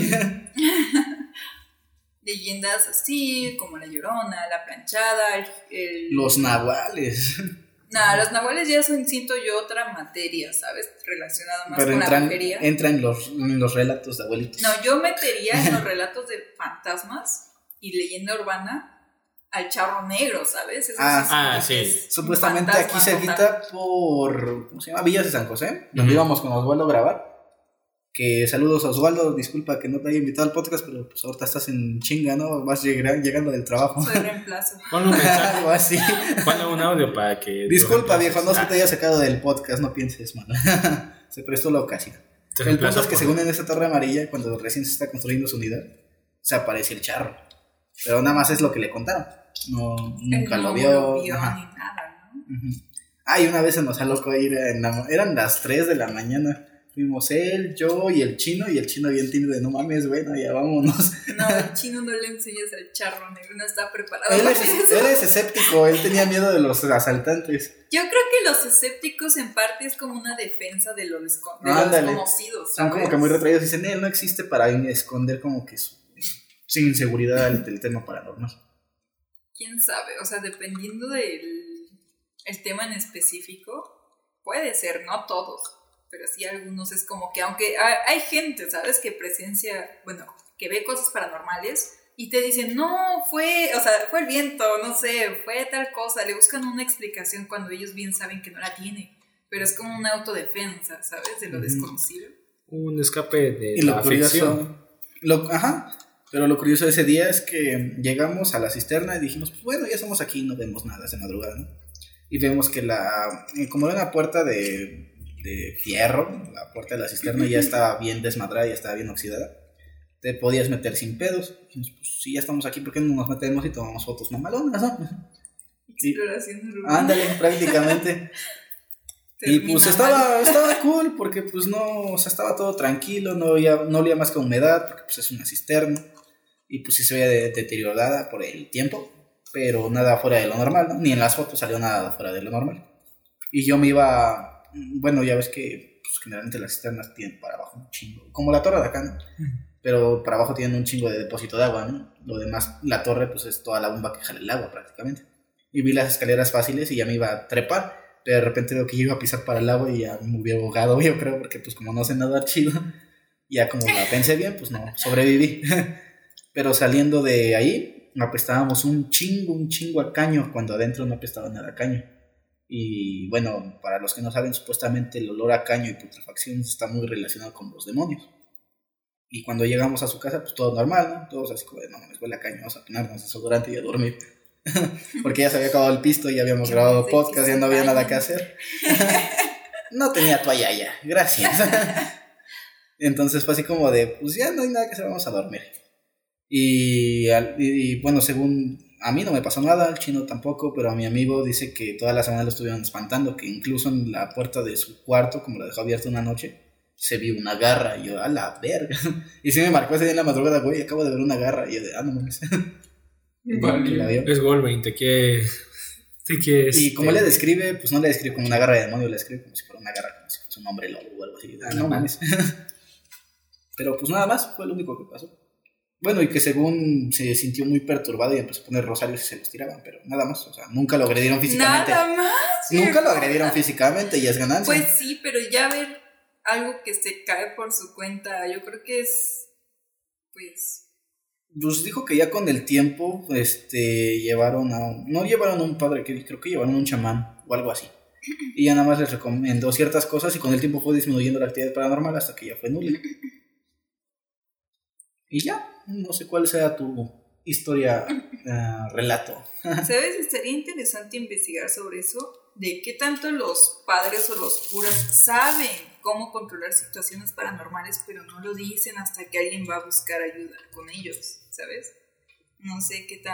Leyendas así, como la Llorona, la planchada,
Los nahuales.
Nada, los nahuales ya son, siento yo, otra materia, ¿sabes? Relacionada más
Pero
con la
entra
brujería.
en los relatos de abuelitos.
No, yo metería en los relatos de fantasmas y leyenda urbana al charro negro, ¿sabes? Eso
Ah,
siento que
sí.
es un
Supuestamente
fantasma
aquí
total.
cerquita por, ¿cómo se llama? Villas de San José, donde
Ujú.
íbamos con Osvaldo a grabar. Que saludos a Osvaldo, disculpa que no te haya invitado al podcast, pero pues ahorita estás en chinga, ¿no? Vas llegando del trabajo.
Soy reemplazo.
Ponle un mensaje,
Algo así.
ponle un audio para que...
Disculpa, viejo, no se
Ah,
te haya sacado del podcast, no pienses mal. Se prestó la ocasión.
te
El punto
reemplazo
es que
por-
según en esa torre amarilla, cuando recién se está construyendo su unidad, se aparece el charro. Pero nada más es lo que le contaron. No, nunca
Él
lo
no
vio.
lo vio
Ajá.
ni nada, ¿no?
Ujú. Ah, y una vez se nos loco ir eran las 3 de la mañana. Fuimos él, yo y el chino bien tímido de no mames, bueno, ya vámonos.
No, el chino no le enseñas al charro negro, no está preparado
Él
para
es,
eso.
él es escéptico, él tenía miedo de los asaltantes.
Yo creo que los escépticos en parte es como una defensa de lo, de lo
Ándale.
desconocido,
Son
¿sabes?
como que muy retraídos. Dicen, él no existe para esconder como que su inseguridad del tema paranormal.
¿Quién sabe? O sea, dependiendo del el tema en específico, puede ser, no todos, pero sí algunos es como que, aunque hay gente, ¿sabes? Que presencia, bueno, que ve cosas paranormales y te dicen, no, fue el viento, no sé, fue tal cosa, le buscan una explicación cuando ellos bien saben que no la tiene, pero es como una autodefensa, ¿sabes? De lo desconocido.
Un escape de
Y lo
la
curioso, pero lo curioso de ese día es que llegamos a la cisterna y dijimos, pues bueno, ya estamos aquí, no vemos nada, es de madrugada, ¿no? Y vemos que como era una puerta de fierro, la puerta de la cisterna ya estaba bien desmadrada, ya estaba bien oxidada. Te podías meter sin pedos. Dijimos, pues si ya estamos aquí, ¿por qué no nos metemos y tomamos fotos mamalonas, no?
Exploración urbana.
Ándale, prácticamente. Y pues
Termina mal.
estaba cool porque pues no, o sea, estaba todo tranquilo, no olía más que humedad porque pues es una cisterna y pues sí se veía deteriorada por el tiempo, pero nada fuera de lo normal, ¿no? Ni en las fotos salió nada fuera de lo normal. Y yo me iba, bueno, ya ves que pues, generalmente las cisternas tienen para abajo un chingo, como la torre de acá, ¿no? Pero para abajo tienen un chingo de depósito de agua, ¿no? Lo demás, la torre pues es toda la bomba que jala el agua prácticamente. Y vi las escaleras fáciles y ya me iba a trepar. Pero de repente veo que yo iba a pisar para el agua y ya me hubiera ahogado, yo creo, porque pues como no sé nadar chido, ya como la pensé bien, pues no, sobreviví. Pero saliendo de ahí, apestábamos un chingo a caño, cuando adentro no apestaba nada a caño. Y bueno, para los que no saben, supuestamente el olor a caño y putrefacción está muy relacionado con los demonios. Y cuando llegamos a su casa, pues todo normal, ¿no? Todos así como de, no, nos huele a caña, vamos a ponernos desodorante y a dormir. Porque ya se había acabado el pisto y ya habíamos grabado podcast, ya no había nada que hacer. No tenía toalla ya, gracias. Entonces fue así como de, pues ya no hay nada que hacer, vamos a dormir. Y bueno, según a mí no me pasó nada, al chino tampoco, pero a mi amigo dice que toda la semana lo estuvieron espantando, que incluso en la puerta de su cuarto, como la dejó abierta una noche, se vio una garra. Y yo, a la verga. Y sí me marcó ese día en la madrugada, güey, acabo de ver una garra. Y yo de, no mames.
Vale.
Es Wolverine, te quiere
y como le describe, pues no le describe como una garra de demonio, le describe como si fuera una garra, como si fuera un hombre lobo o algo así. No mames. Pero pues nada más, fue lo único que pasó. Bueno, y que según se sintió muy perturbado y empezó a poner rosarios y se los tiraban, pero nada más, o sea, nunca lo agredieron físicamente.
Nada más.
Nunca lo agredieron físicamente y es ganancia.
Pues sí, pero ya ver algo que se cae por su cuenta, yo creo que es, pues
dijo que ya con el tiempo, no llevaron a un padre, creo que llevaron a un chamán o algo así. Y ya nada más les recomendó ciertas cosas y con el tiempo fue disminuyendo la actividad paranormal hasta que ya fue nula. Y ya, no sé cuál sea tu historia, relato.
¿Sabes? Estaría interesante investigar sobre eso, de qué tanto los padres o los curas saben cómo controlar situaciones paranormales, pero no lo dicen hasta que alguien va a buscar ayuda con ellos, ¿sabes? No sé qué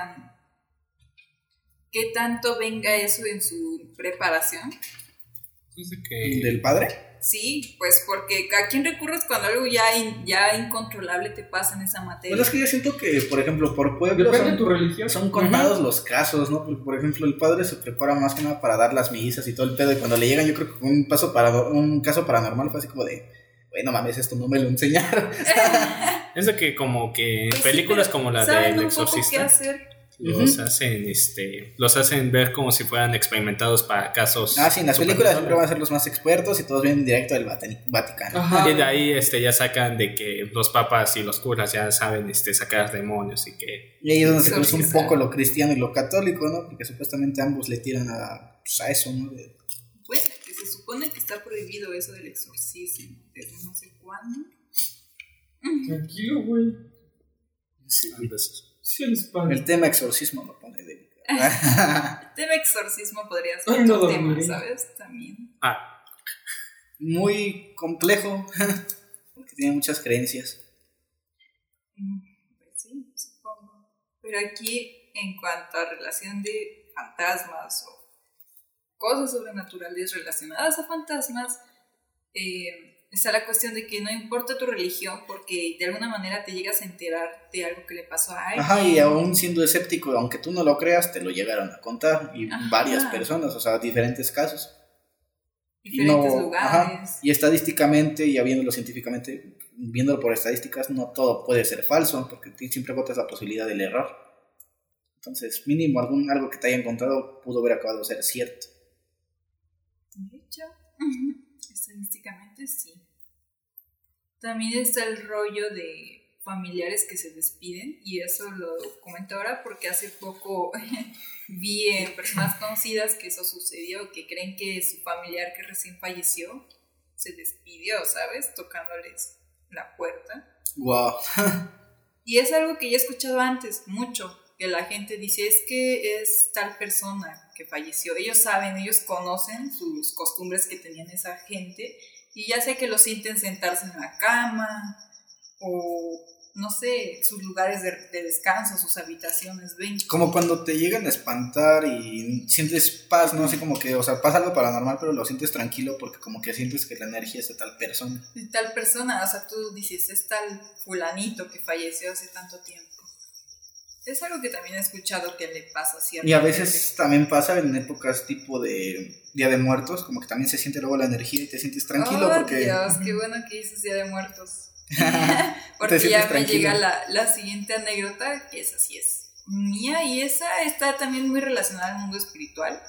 tanto venga eso en su preparación.
¿Del padre?
Sí, pues porque ¿a quién recurres cuando algo ya incontrolable te pasa en esa materia?
Bueno, es que yo siento que, por ejemplo, por pueblo
depende de tu religión.
Son contados los casos, ¿no? Porque, por ejemplo, el padre se prepara más que nada para dar las misas y todo el pedo, y cuando le llegan, yo creo que un caso paranormal fue así como de, bueno, mames, esto no me lo enseñaron.
Es de que como que
Pues
películas
sí,
como la
¿saben
del
un poco
Exorcista
qué hacer?
los hacen ver como si fueran experimentados para casos.
Sí, en las películas siempre van a ser los más expertos y todos vienen directo del Vaticano.
Ajá.
Y de ahí ya sacan de que los papas y los curas ya saben sacar demonios y que...
Y ahí es donde se cruza un poco lo cristiano y lo católico, ¿no? Porque supuestamente ambos le tiran a eso, ¿no?
Bueno, que se supone que está prohibido eso del exorcismo desde no sé cuándo.
Tranquilo, güey.
Sí.
Sí, el spam.
El tema exorcismo lo pone de...
El tema exorcismo podría ser
Ay, no
otro tema,
dormiré.
¿sabes? También.
Muy complejo, porque tiene muchas creencias.
Pues sí, supongo. Pero aquí, en cuanto a relación de fantasmas o cosas sobrenaturales relacionadas a fantasmas, está la cuestión de que no importa tu religión, porque de alguna manera te llegas a enterar de algo que le pasó a alguien.
Ajá, y aún siendo escéptico, aunque tú no lo creas, te lo llegaron a contar. Y varias personas, o sea, diferentes casos.
Diferentes lugares.
Y estadísticamente, ya viéndolo científicamente, viéndolo por estadísticas, no todo puede ser falso, porque siempre botas la posibilidad del error. Entonces, mínimo algo que te haya encontrado pudo haber acabado de ser cierto.
De hecho, estadísticamente sí. También está el rollo de familiares que se despiden, y eso lo comento ahora porque hace poco vi en personas conocidas que eso sucedió, que creen que su familiar que recién falleció se despidió, ¿sabes? Tocándoles la puerta.
Wow.
Y es algo que ya he escuchado antes mucho, que la gente dice, es que es tal persona que falleció. Ellos saben, ellos conocen sus costumbres que tenían esa gente, y ya sé que lo sienten sentarse en la cama, o no sé, sus lugares de descanso, sus habitaciones, ven.
Como cuando te llegan a espantar y sientes paz, ¿no? Así como que, o sea, pasa algo paranormal, pero lo sientes tranquilo porque como que sientes que la energía es de tal persona.
De tal persona, o sea, tú dices, es tal fulanito que falleció hace tanto tiempo. Es algo que también he escuchado que le pasa a cierta
Y a veces también pasa en épocas tipo de Día de Muertos, como que también se siente luego la energía y te sientes tranquilo porque...
Dios, qué bueno que dices Día de Muertos. Porque ya me llega la siguiente anécdota, que esa sí es mía, y esa está también muy relacionada al mundo espiritual.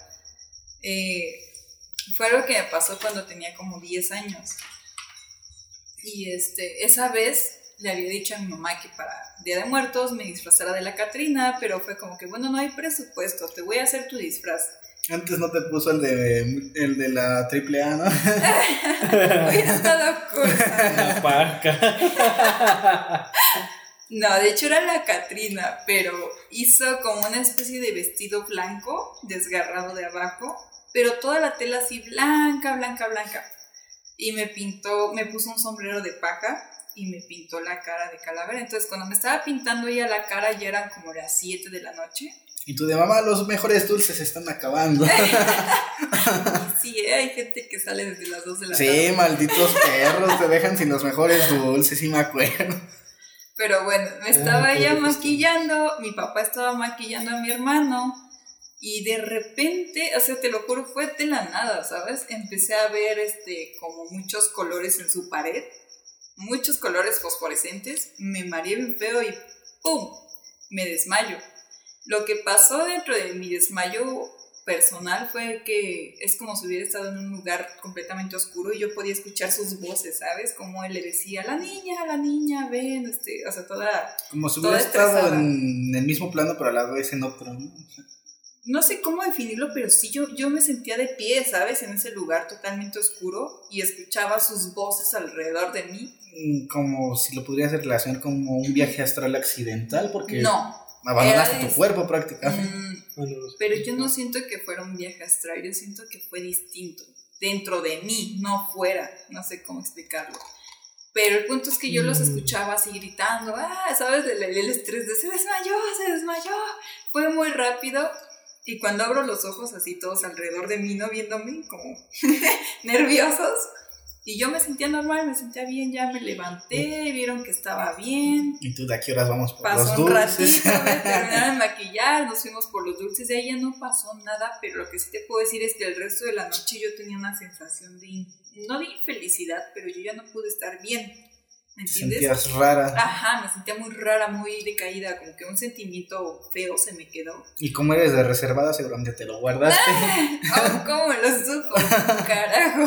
Fue algo que me pasó cuando tenía como 10 años. Y esa vez le había dicho a mi mamá que para Día de Muertos me disfrazara de la Catrina, pero fue como que, bueno, no hay presupuesto, te voy a hacer tu disfraz.
Antes no te puso el de la triple A, ¿no?
Hubiera estado cool.
La parca.
No, de hecho era la Catrina, pero hizo como una especie de vestido blanco, desgarrado de abajo, pero toda la tela así blanca. Y me puso un sombrero de paja y me pintó la cara de calavera. Entonces cuando me estaba pintando ella la cara ya eran como las 7 de la noche.
Y tú de mamá, los mejores dulces se están acabando.
Sí, hay gente que sale desde las 2 de la
tarde. Sí, malditos perros, te dejan sin los mejores dulces, sí me acuerdo.
Pero bueno, me estaba ella maquillando, mi papá estaba maquillando a mi hermano y de repente, o sea, te lo juro, fue de la nada, ¿sabes? Empecé a ver como muchos colores en su pared, muchos colores fosforescentes, me mareé bien feo y ¡pum! Me desmayo. Lo que pasó dentro de mi desmayo personal fue que es como si hubiera estado en un lugar completamente oscuro y yo podía escuchar sus voces, ¿sabes? Como él le decía, la niña, ven, o sea, toda...
Como si hubiera estado en el mismo plano, pero a la vez en otro, ¿no?
No sé cómo definirlo, pero sí yo me sentía de pie, ¿sabes? En ese lugar totalmente oscuro y escuchaba sus voces alrededor de mí.
Como si lo pudieras relacionar como un viaje astral accidental, porque...
No.
Abandonaste tu cuerpo prácticamente.
Pero yo no siento que fuera un viaje astral, yo siento que fue distinto, dentro de mí, no fuera, no sé cómo explicarlo. Pero el punto es que yo los escuchaba así gritando, ¿sabes? El estrés de se desmayó, fue muy rápido. Y cuando abro los ojos así todos alrededor de mí, ¿no? Viéndome como nerviosos. Y yo me sentía normal, me sentía bien, ya me levanté, vieron que estaba bien.
¿Y tú de a qué horas vamos por
pasó
los dulces?
Pasó un ratito, me terminaron de maquillar, nos fuimos por los dulces, de ahí ya no pasó nada, pero lo que sí te puedo decir es que el resto de la noche yo tenía una sensación no de infelicidad, pero yo ya no pude estar bien, ¿me entiendes?
¿Te sentías rara?
Ajá, me sentía muy rara, muy decaída, como que un sentimiento feo se me quedó.
Y como eres de reservada, seguramente te lo guardaste.
¿Cómo lo supo? Carajo.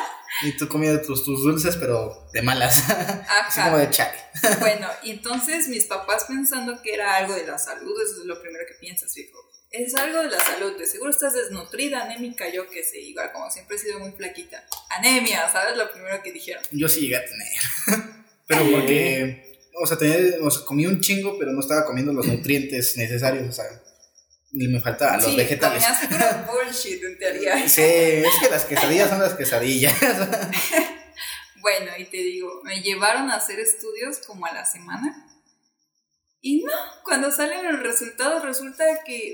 Y tú comiendo tus dulces, pero de malas.
Ajá.
Así como de chale.
Bueno, y entonces mis papás pensando que era algo de la salud, eso es lo primero que piensas, hijo. Es algo de la salud, de seguro estás desnutrida, anémica, yo qué sé, igual como siempre he sido muy flaquita. Anemia, ¿sabes? Lo primero que dijeron.
Yo sí llegué a tener. Pero porque, comí un chingo, pero no estaba comiendo los nutrientes necesarios, o sea, y me faltaban los vegetales.
Sí, comías puro bullshit en teoría.
Sí, es que las quesadillas son las quesadillas.
Bueno, y te digo, me llevaron a hacer estudios como a la semana. Y no, cuando salen los resultados, resulta que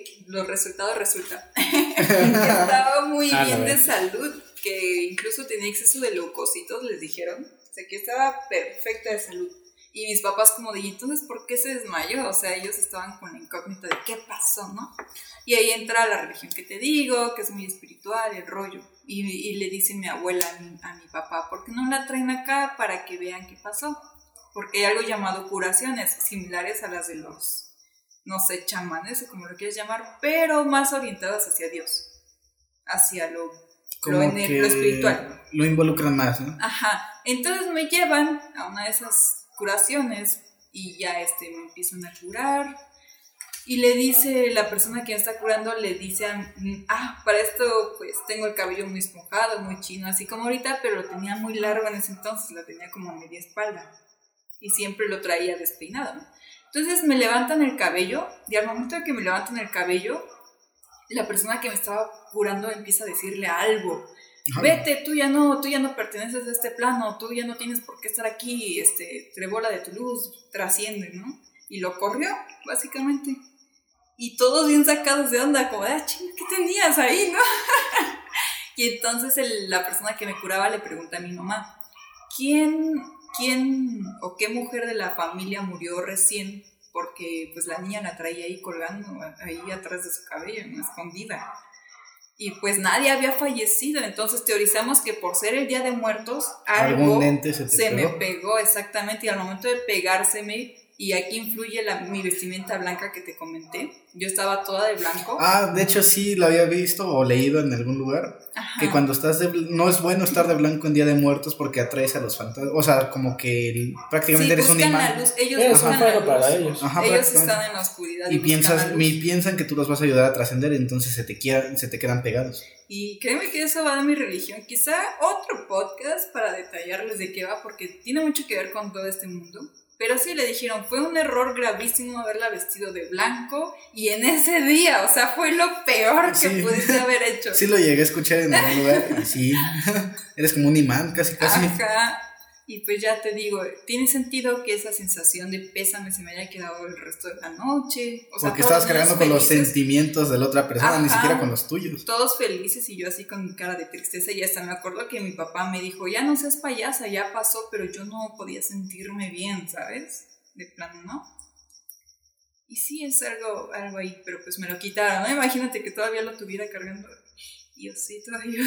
estaba muy bien de salud, que incluso tenía exceso de leucocitos, les dijeron. O sea, que estaba perfecta de salud. Y mis papás como de, ¿y entonces por qué se desmayó? O sea, ellos estaban con la incógnita de qué pasó, ¿no? Y ahí entra la religión que te digo, que es muy espiritual, el rollo. Y le dice mi abuela a mi papá, ¿por qué no la traen acá para que vean qué pasó? Porque hay algo llamado curaciones, similares a las de los, no sé, chamanes o como lo quieras llamar, pero más orientadas hacia Dios, hacia lo espiritual.
Lo involucran más, ¿no?
Ajá, entonces me llevan a una de esas curaciones y ya me empiezan a curar y le dice la persona que me está curando, le dice para esto pues tengo el cabello muy esponjado, muy chino, así como ahorita, pero lo tenía muy largo en ese entonces, lo tenía como a media espalda y siempre lo traía despeinado, ¿no? Entonces me levantan el cabello y al momento de que me levantan el cabello, la persona que me estaba curando empieza a decirle algo. Vete, tú ya no perteneces a este plano, tú ya no tienes por qué estar aquí, trebola de tu luz, trasciende, ¿no? Y lo corrió, básicamente. Y todos bien sacados de onda, como, ching, ¿qué tenías ahí, no? Y entonces la persona que me curaba le pregunta a mi mamá, ¿quién o qué mujer de la familia murió recién? Porque pues la niña la traía ahí colgando, ahí atrás de su cabello, ¿no? Escondida. Y pues nadie había fallecido, entonces teorizamos que por ser el Día de Muertos, algo
se
me pegó exactamente, y al momento de pegárseme, Y aquí influye mi vestimenta blanca que te comenté. Yo estaba toda de blanco.
De hecho sí lo había visto o leído en algún lugar. Ajá. Que cuando estás no es bueno estar de blanco en Día de Muertos porque atraes a los fantasmas. O sea, como que prácticamente eres un imán.
La luz. Ellos buscan la luz.
Para ellos.
Ajá,
ellos están en la oscuridad.
Y piensan que tú los vas a ayudar a trascender, entonces se te quedan pegados.
Y créeme que eso va de mi religión. Quizá otro podcast para detallarles de qué va, porque tiene mucho que ver con todo este mundo. Pero sí le dijeron, fue un error gravísimo haberla vestido de blanco y en ese día, o sea, fue lo peor que pudiste haber hecho.
Sí lo llegué a escuchar en algún lugar y sí, eres como un imán casi.
Ajá, y pues ya te digo, tiene sentido que esa sensación de pésame se me haya quedado el resto de la noche. O sea,
porque estabas cargando con los sentimientos de la otra persona, ni siquiera con los tuyos.
Todos felices y yo así con mi cara de tristeza y hasta me acuerdo que mi papá me dijo, ya no seas payasa, ya pasó, pero yo no podía sentirme bien, ¿sabes? De plano, ¿no? Y sí, es algo ahí, pero pues me lo quitaron, ¿no? Imagínate que todavía lo tuviera cargando. Y yo sí, todavía.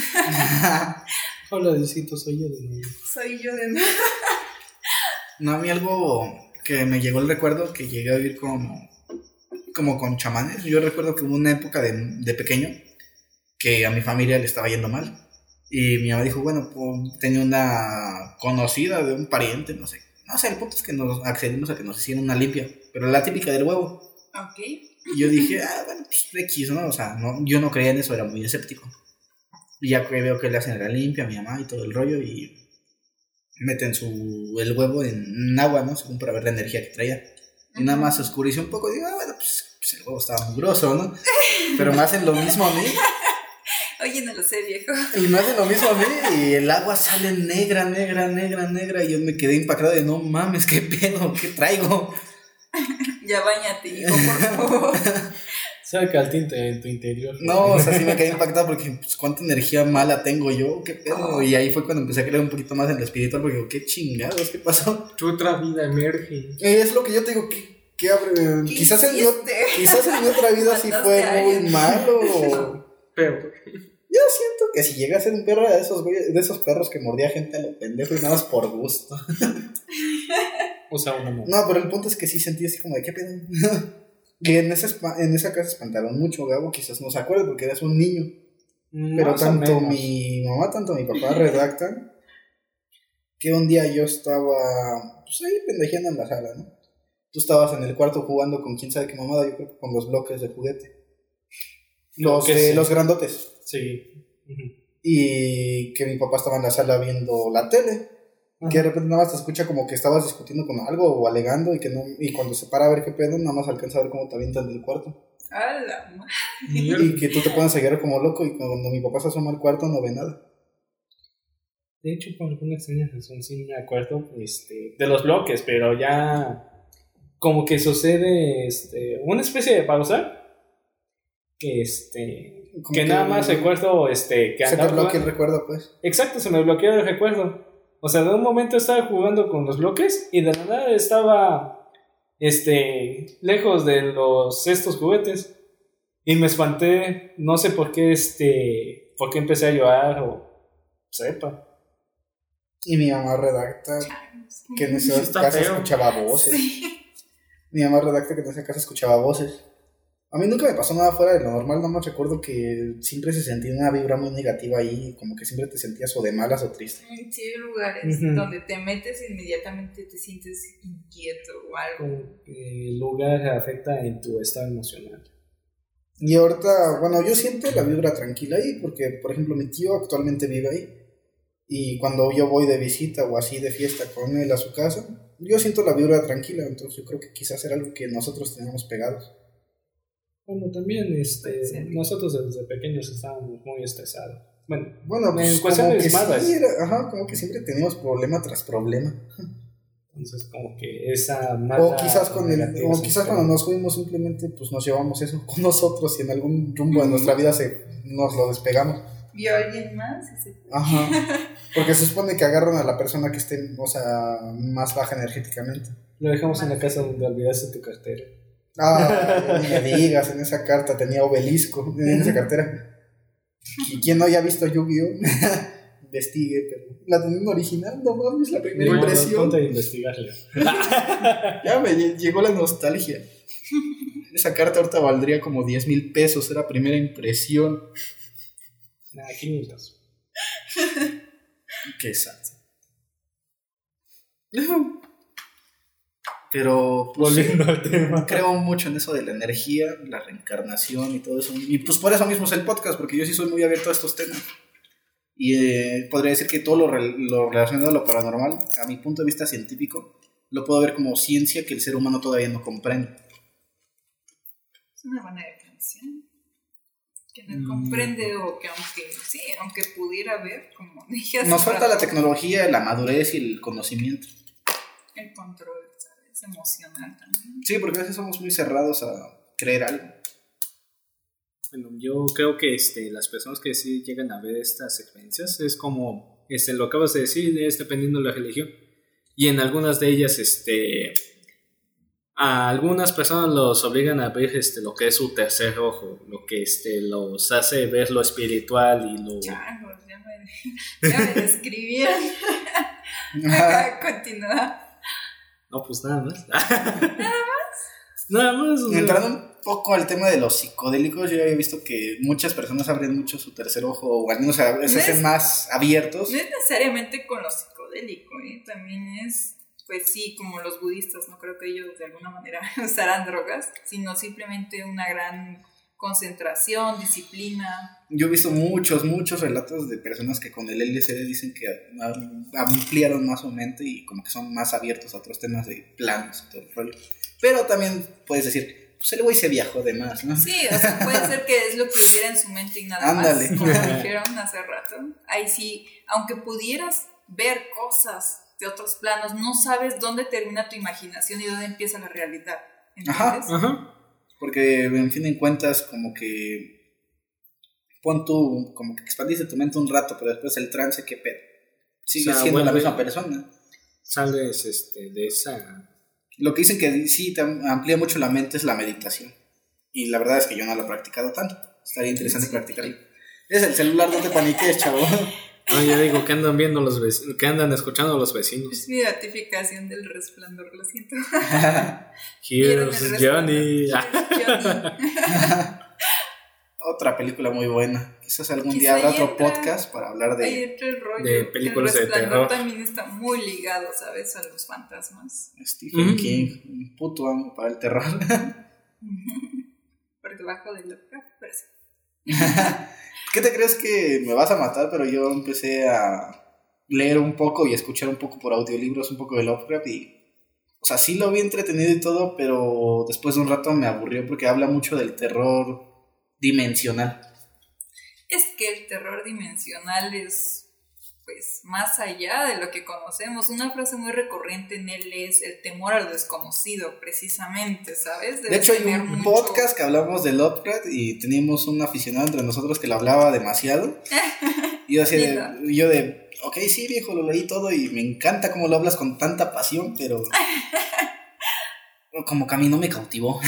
Hola, Diosito, soy yo de nuevo.
Soy yo de nuevo.
No, a mí algo que me llegó el recuerdo que llegué a vivir como con chamanes. Yo recuerdo que hubo una época de pequeño que a mi familia le estaba yendo mal. Y mi mamá dijo, bueno, pues tenía una conocida de un pariente, no sé, el punto es que nos accedimos a que nos hicieran una limpia, pero la típica del huevo.
Ok.
Y yo dije, bueno, pues X, ¿no? O sea, no, yo no creía en eso, era muy escéptico. Y ya que veo que le hacen la limpia a mi mamá y todo el rollo y meten el huevo en agua, ¿no? Según para ver la energía que traía. Y nada más se oscureció un poco y digo, bueno, pues el huevo estaba muy grosso, ¿no? Pero me hacen lo mismo a mí.
Oye, no lo sé, viejo.
Y me hacen lo mismo a mí y el agua sale negra y yo me quedé impactado de no mames, qué pedo, qué traigo.
Ya báñate, hijo, por favor.
Saca el tinte en tu interior.
No, o sea, sí me quedé impactado porque pues, cuánta energía mala tengo yo, qué pedo. Y ahí fue cuando empecé a creer un poquito más en lo espiritual porque digo, qué chingados, qué pasó.
Tu otra vida emerge.
Es lo que yo te digo, quizás en mi otra vida sí fue muy malo.
Pero
yo siento que si llega a ser un perro de esos perros que mordía gente a lo pendejo y nada más por gusto.
O sea, una mujer.
No, pero el punto es que sí sentí así como de qué pedo. Que en esa casa espantaron mucho, Gabo, quizás no se acuerde porque eras un niño. Pero tanto mi mamá, tanto mi papá redactan que un día yo estaba pues ahí pendejeando en la sala, ¿no? Tú estabas en el cuarto jugando con quién sabe qué mamada, yo creo que con los bloques de juguete. Los grandotes.
Sí.
Y que mi papá estaba en la sala viendo la tele. Que de repente nada más te escucha como que estabas discutiendo con algo o alegando y cuando se para a ver qué pedo, nada más alcanza a ver cómo te avientan del cuarto.
¡A la madre!
Y que tú te pones a llorar como loco y cuando mi papá se asoma al cuarto no ve nada.
De hecho, por alguna extraña razón sí me acuerdo de los bloques, pero ya como que sucede una especie de pausa que nada más recuerdo que
se te bloquea el recuerdo, pues.
Exacto, se me bloqueó el recuerdo. O sea, de un momento estaba jugando con los bloques y de la nada estaba lejos de estos juguetes y me espanté, no sé por qué empecé a llorar o sepa.
Y mi mamá redacta que en esa casa escuchaba voces. Sí. Mi mamá redacta que en esa casa escuchaba voces. A mí nunca me pasó nada fuera de lo normal, nada más recuerdo que siempre se sentía una vibra muy negativa ahí, como que siempre te sentías o de malas o triste.
Sí, hay lugares donde te metes e inmediatamente te sientes inquieto o algo.
Como que el lugar afecta en tu estado emocional.
Y ahorita, bueno, yo siento la vibra tranquila ahí, porque por ejemplo mi tío actualmente vive ahí. Y cuando yo voy de visita o así de fiesta con él a su casa, yo siento la vibra tranquila, entonces yo creo que quizás era algo que nosotros teníamos pegados.
Bueno, también nosotros desde pequeños estábamos muy estresados. Bueno
pues
en cuestiones malas.
Sí, como que siempre teníamos problema tras problema.
Entonces como que esa mala
o quizás cuando nos fuimos simplemente pues nos llevamos eso con nosotros y en algún rumbo de nuestra vida nos lo despegamos.
¿Vio a alguien más?
Ajá. Porque se supone que agarran a la persona que esté, o sea, más baja energéticamente.
Lo dejamos en la casa donde olvidaste tu cartera.
Ni me digas, en esa carta tenía obelisco en esa cartera. ¿Y quién no haya visto Yu-Gi-Oh? investigue, pero la tienen original, no mames, la primera
Bueno,
impresión.
ponte a investigarle.
Ya me llegó la nostalgia. Esa carta ahorita valdría como 10,000 pesos, era primera impresión.
Nah, 500.
Qué sad. Pero pues,
Volviendo al tema.
creo mucho en eso de la energía, la reencarnación y todo eso. Y pues por eso mismo es el podcast, porque yo sí soy muy abierto a estos temas. Y podría decir que todo lo relacionado a lo paranormal, a mi punto de vista científico, lo puedo ver como ciencia que el ser humano todavía no comprende.
Es una buena definición. Que no comprende o que aunque pudiera ver, como dije hace
Nos falta la
rato,
tecnología, la madurez y el conocimiento.
el control, ¿sabes? Emocional también.
Sí, porque a veces somos muy cerrados a creer algo.
Bueno, yo creo que las personas que sí llegan a ver estas experiencias es como lo acabas de decir, es dependiendo de la religión. Y en algunas de ellas, a algunas personas los obligan a ver lo que es su tercer ojo, lo que los hace ver lo espiritual y lo...
Changos, ya me describían. Continúa.
No, pues nada más. Nada más. O sea,
Entrando un poco al tema de los psicodélicos, yo había visto que muchas personas abren mucho su tercer ojo, o al menos se hacen más abiertos.
No es necesariamente con lo psicodélico, también es, pues sí, como los budistas, no creo que ellos de alguna manera usaran drogas, sino simplemente una gran concentración, disciplina.
Yo he visto muchos relatos de personas que con el LSD dicen que ampliaron más su mente y como que son más abiertos a otros temas de planos y todo el rollo. Pero también puedes decir, pues el güey se viajó de más, ¿no?
Sí, o sea, puede ser que es lo que hubiera en su mente y nada
Ándale.
más, como dijeron hace rato. Ahí sí, aunque pudieras ver cosas de otros planos, no sabes dónde termina tu imaginación y dónde empieza la realidad, ¿entiendes?
Ajá.
Porque en fin de cuentas como que como que expandiste tu mente un rato, pero después el trance, ¿qué pedo? Sigues siendo la misma persona.
Sales de esa...
Lo que dicen que sí te amplía mucho la mente es la meditación. Y la verdad es que yo no lo he practicado tanto. Estaría interesante practicarlo. Es el celular, no te paniques, chavo.
No, yo digo que andan viendo que andan escuchando los vecinos.
Es mi ratificación del Resplandor, lo siento.
Here's Johnny.
Otra película muy buena. Quizás algún día habrá otro podcast para hablar
Ahí entra el rollo.
de películas de
el
terror.
Resplandor también está muy ligado, ¿sabes? A los fantasmas.
Stephen King, un puto amo para el terror.
Por debajo de Lovecraft, pero sí.
¿Qué te crees que me vas a matar? Pero yo empecé a leer un poco y escuchar un poco por audiolibros, un poco de Lovecraft y... O sea, sí lo vi entretenido y todo, pero después de un rato me aburrió porque habla mucho del terror dimensional.
Es que el terror dimensional es, pues, más allá de lo que conocemos. Una frase muy recurrente en él es el temor a lo desconocido, precisamente, ¿sabes?
De hecho, hay un podcast que hablamos de Lovecraft y teníamos un aficionado entre nosotros que lo hablaba demasiado. Y yo decía, ok, sí, viejo, lo leí todo y me encanta cómo lo hablas con tanta pasión, pero como que a mí no me cautivó.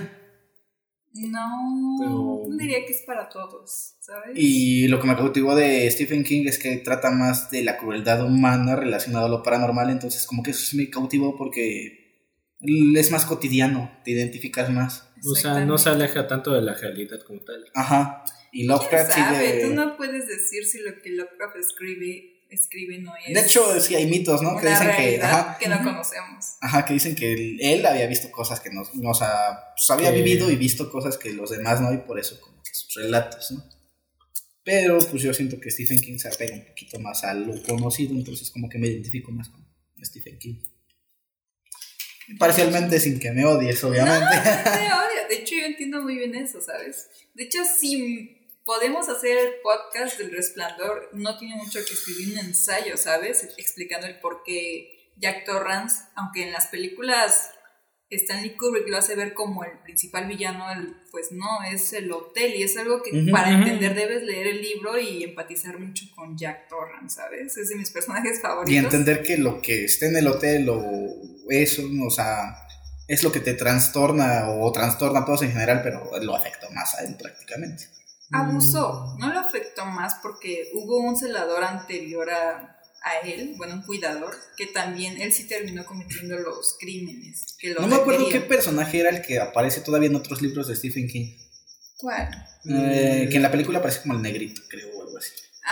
No diría que es para todos, ¿sabes?
Y lo que me cautivó de Stephen King es que trata más de la crueldad humana relacionada a lo paranormal, entonces como que eso sí me cautivó porque es más cotidiano, te identificas más.
O sea, no se aleja tanto de la realidad como tal.
Ajá. Y Lovecraft
¿Quién sabe?
sigue...
Tú no puedes decir si lo que Lovecraft escribe no es...
De hecho, sí hay mitos, ¿no?
Una
Que dicen
realidad que no conocemos.
Ajá, que dicen que él había visto cosas que no, o sea, pues había vivido y visto cosas que los demás no, y por eso como que sus relatos, ¿no? Pero pues yo siento que Stephen King se apega un poquito más a lo conocido, entonces como que me identifico más con Stephen King. Parcialmente sin que me odies, obviamente.
No te odio. De hecho, yo entiendo muy bien eso, ¿sabes? De hecho, si podemos hacer el podcast del Resplandor, no tiene mucho que escribir un ensayo, ¿sabes? Explicando el por qué Jack Torrance, aunque en las películas Stanley Kubrick lo hace ver como el principal villano, pues no, es el hotel, y es algo que para entender debes leer el libro y empatizar mucho con Jack Torrance, ¿sabes? Es de mis personajes favoritos.
Y entender que lo que esté en el hotel o eso, o sea, es lo que te trastorna o trastorna a todos en general, pero lo afecta más a él prácticamente.
abusó, no lo afectó más porque hubo un celador anterior a él, bueno, un cuidador, que también él sí terminó cometiendo los crímenes. Que
no me acuerdo qué personaje era el que aparece todavía en otros libros de Stephen King.
¿Cuál?
Que en la película aparece como el negrito, creo, o algo así.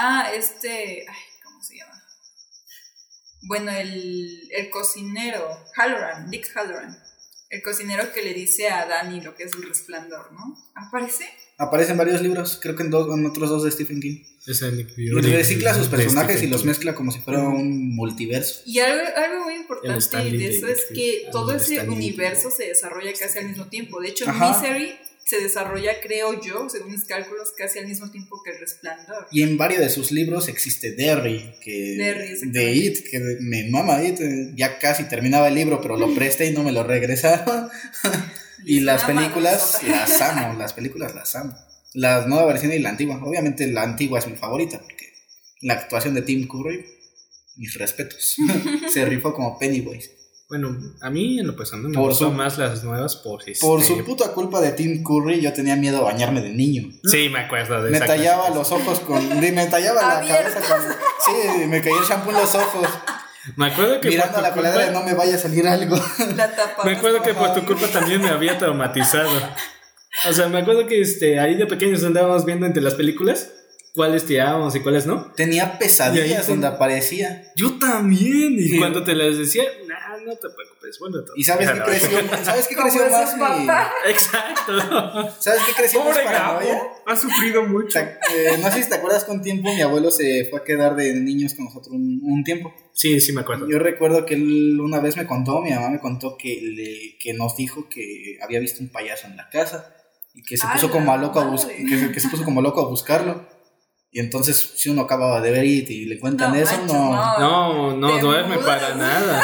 ¿Cómo se llama? Bueno, el cocinero, Dick Halloran. El cocinero que le dice a Danny lo que es el resplandor, ¿no? ¿Aparece?
Aparece en varios libros, creo que en otros dos de Stephen King.
Y
recicla a sus personajes y los mezcla como si fuera un multiverso.
Y algo muy importante de eso es que todo ese universo se desarrolla casi al mismo tiempo. De hecho, Misery se desarrolla, creo yo, según mis cálculos, casi al mismo tiempo que El Resplandor.
Y en varios de sus libros existe Derry, de It, que me mama It. Ya casi terminaba el libro, pero lo presté y no me lo regresaron. Y las películas las amo. La nueva versión y la antigua. Obviamente la antigua es mi favorita, porque la actuación de Tim Curry, mis respetos. Se rifó como Pennywise.
Bueno, a mí en lo personal me gustan más las nuevas por
su puta culpa de Tim Curry, yo tenía miedo a bañarme de niño.
Sí, me acuerdo de
eso. Me tallaba los ojos me tallaba la cabeza con... Sí, me caía el shampoo en los ojos.
Me acuerdo que
mirando a la coladera de no me vaya a salir algo.
Me acuerdo que por tu culpa también me había traumatizado. O sea, me acuerdo que ahí de pequeños andábamos viendo entre las películas cuáles tirábamos y cuáles no.
Tenía pesadillas donde aparecía.
Yo también. Y cuando te las decía, no te preocupes. Bueno,
¿y sabes qué creció más mi...
Exacto.
¿Sabes qué creció más
paranoia? Ha sufrido mucho.
No sé si te acuerdas que un tiempo mi abuelo se fue a quedar de niños con nosotros un tiempo.
Sí, me acuerdo.
Yo recuerdo que él una vez mi mamá me contó que nos dijo que había visto un payaso en la casa y que se puso como loco que se puso como loco a buscarlo. Y entonces, si uno acababa de ver y le cuentan eso,
no duerme para nada.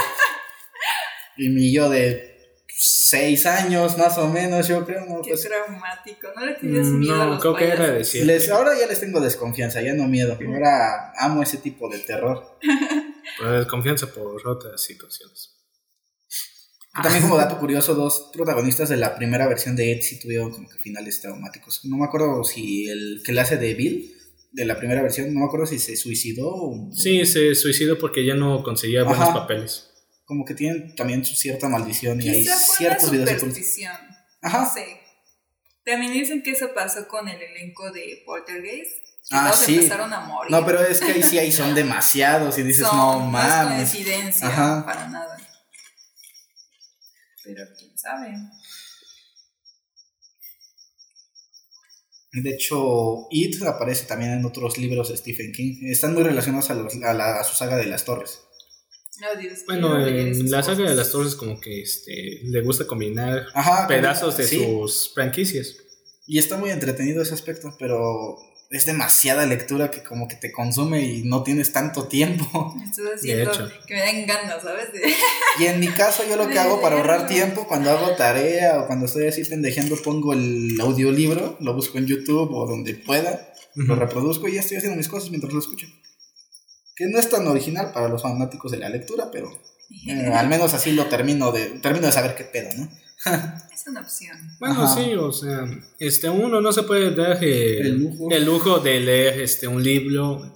Y mi yo de 6 años, más o menos, yo creo.
Qué traumático, ¿no le tienes miedo a los
creo
payasos?
Que era de 7.
Ahora ya les tengo desconfianza, ya no miedo. Ahora amo ese tipo de terror.
Pero desconfianza por otras situaciones.
También como dato curioso, 2 protagonistas de la primera versión de It sí tuvieron como que finales traumáticos. No me acuerdo si el que le hace de Bill, de la primera versión, no me acuerdo si se suicidó o...
Sí, se suicidó porque ya no conseguía buenos papeles.
Como que tienen también su cierta maldición.
Quizá
y hay ciertos videos de
superstición. No sé. También dicen que eso pasó con el elenco de Poltergeist. Todos empezaron a morir.
No, pero es que ahí son demasiados y dices, no mames.
No es coincidencia, para nada. Pero quién sabe.
De hecho, It aparece también en otros libros de Stephen King. Están muy relacionados a su saga de las torres.
No, Dios,
bueno, en la saga de las torres como que le gusta combinar pedazos de sus franquicias.
Y está muy entretenido ese aspecto, pero es demasiada lectura que como que te consume y no tienes tanto tiempo.
Estoy haciendo que me den ganas, ¿sabes?
Y en mi caso yo lo que hago para ahorrar tiempo, cuando hago tarea o cuando estoy así pendejeando, pongo el audiolibro, lo busco en YouTube o donde pueda, lo reproduzco y ya estoy haciendo mis cosas mientras lo escucho. Que no es tan original para los fanáticos de la lectura, pero al menos así lo termino de saber qué pedo, ¿no?
Es una opción.
Bueno, sí, o sea, uno no se puede dar el lujo de leer un libro.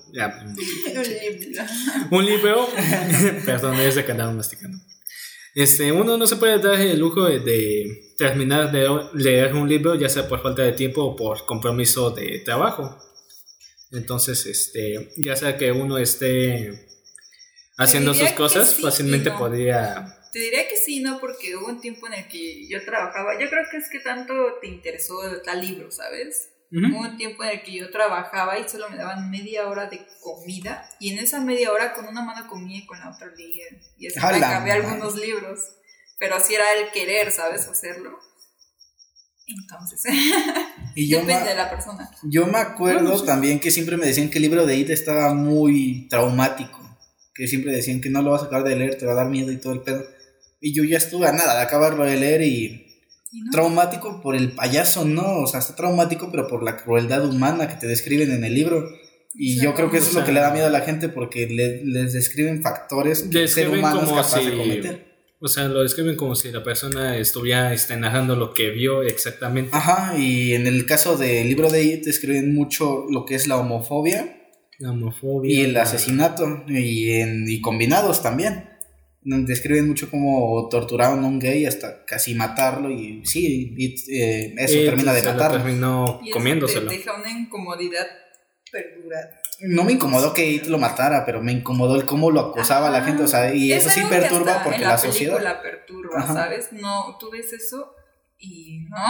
Un libro. Perdón, es de que andaba masticando. Uno no se puede dar el lujo de terminar de leer un libro, ya sea por falta de tiempo o por compromiso de trabajo. Entonces, ya sea que uno esté haciendo sus cosas, sí, fácilmente podría...
Te diría que sí, no, porque hubo un tiempo en el que yo trabajaba. Yo creo que es que tanto te interesó tal libro, ¿sabes? Hubo un tiempo en el que yo trabajaba y solo me daban media hora de comida. Y en esa media hora con una mano comía y con la otra leía. Y así me acabé algunos libros. Pero así era el querer, ¿sabes? Hacerlo. Entonces, depende de la persona.
Yo me acuerdo también que siempre me decían que el libro de It estaba muy traumático. Que siempre decían que no lo vas a acabar de leer, te va a dar miedo y todo el pedo. Y yo ya estuve a nada de acabarlo de leer y no. Traumático por el payaso, no, o sea, está traumático, pero por la crueldad humana que te describen en el libro. Y yo creo que eso es lo que le da miedo a la gente, porque les describen factores que el ser humano es capaz de cometer.
O sea, lo describen como si la persona estuviera narrando lo que vio exactamente.
Ajá, y en el caso del libro de It describen mucho lo que es la homofobia.
La homofobia.
Y el asesinato, y combinados también. Describen mucho cómo torturaron a un gay hasta casi matarlo. Y sí, eso termina de matarlo.
Terminó
y
comiéndoselo.
Te deja una incomodidad perdurada.
No me incomodó que It lo matara, pero me incomodó el cómo lo acosaba a la gente. O sea, y eso sí perturba porque la sociedad.
La perturba, ajá, ¿sabes? No, tú ves eso y no.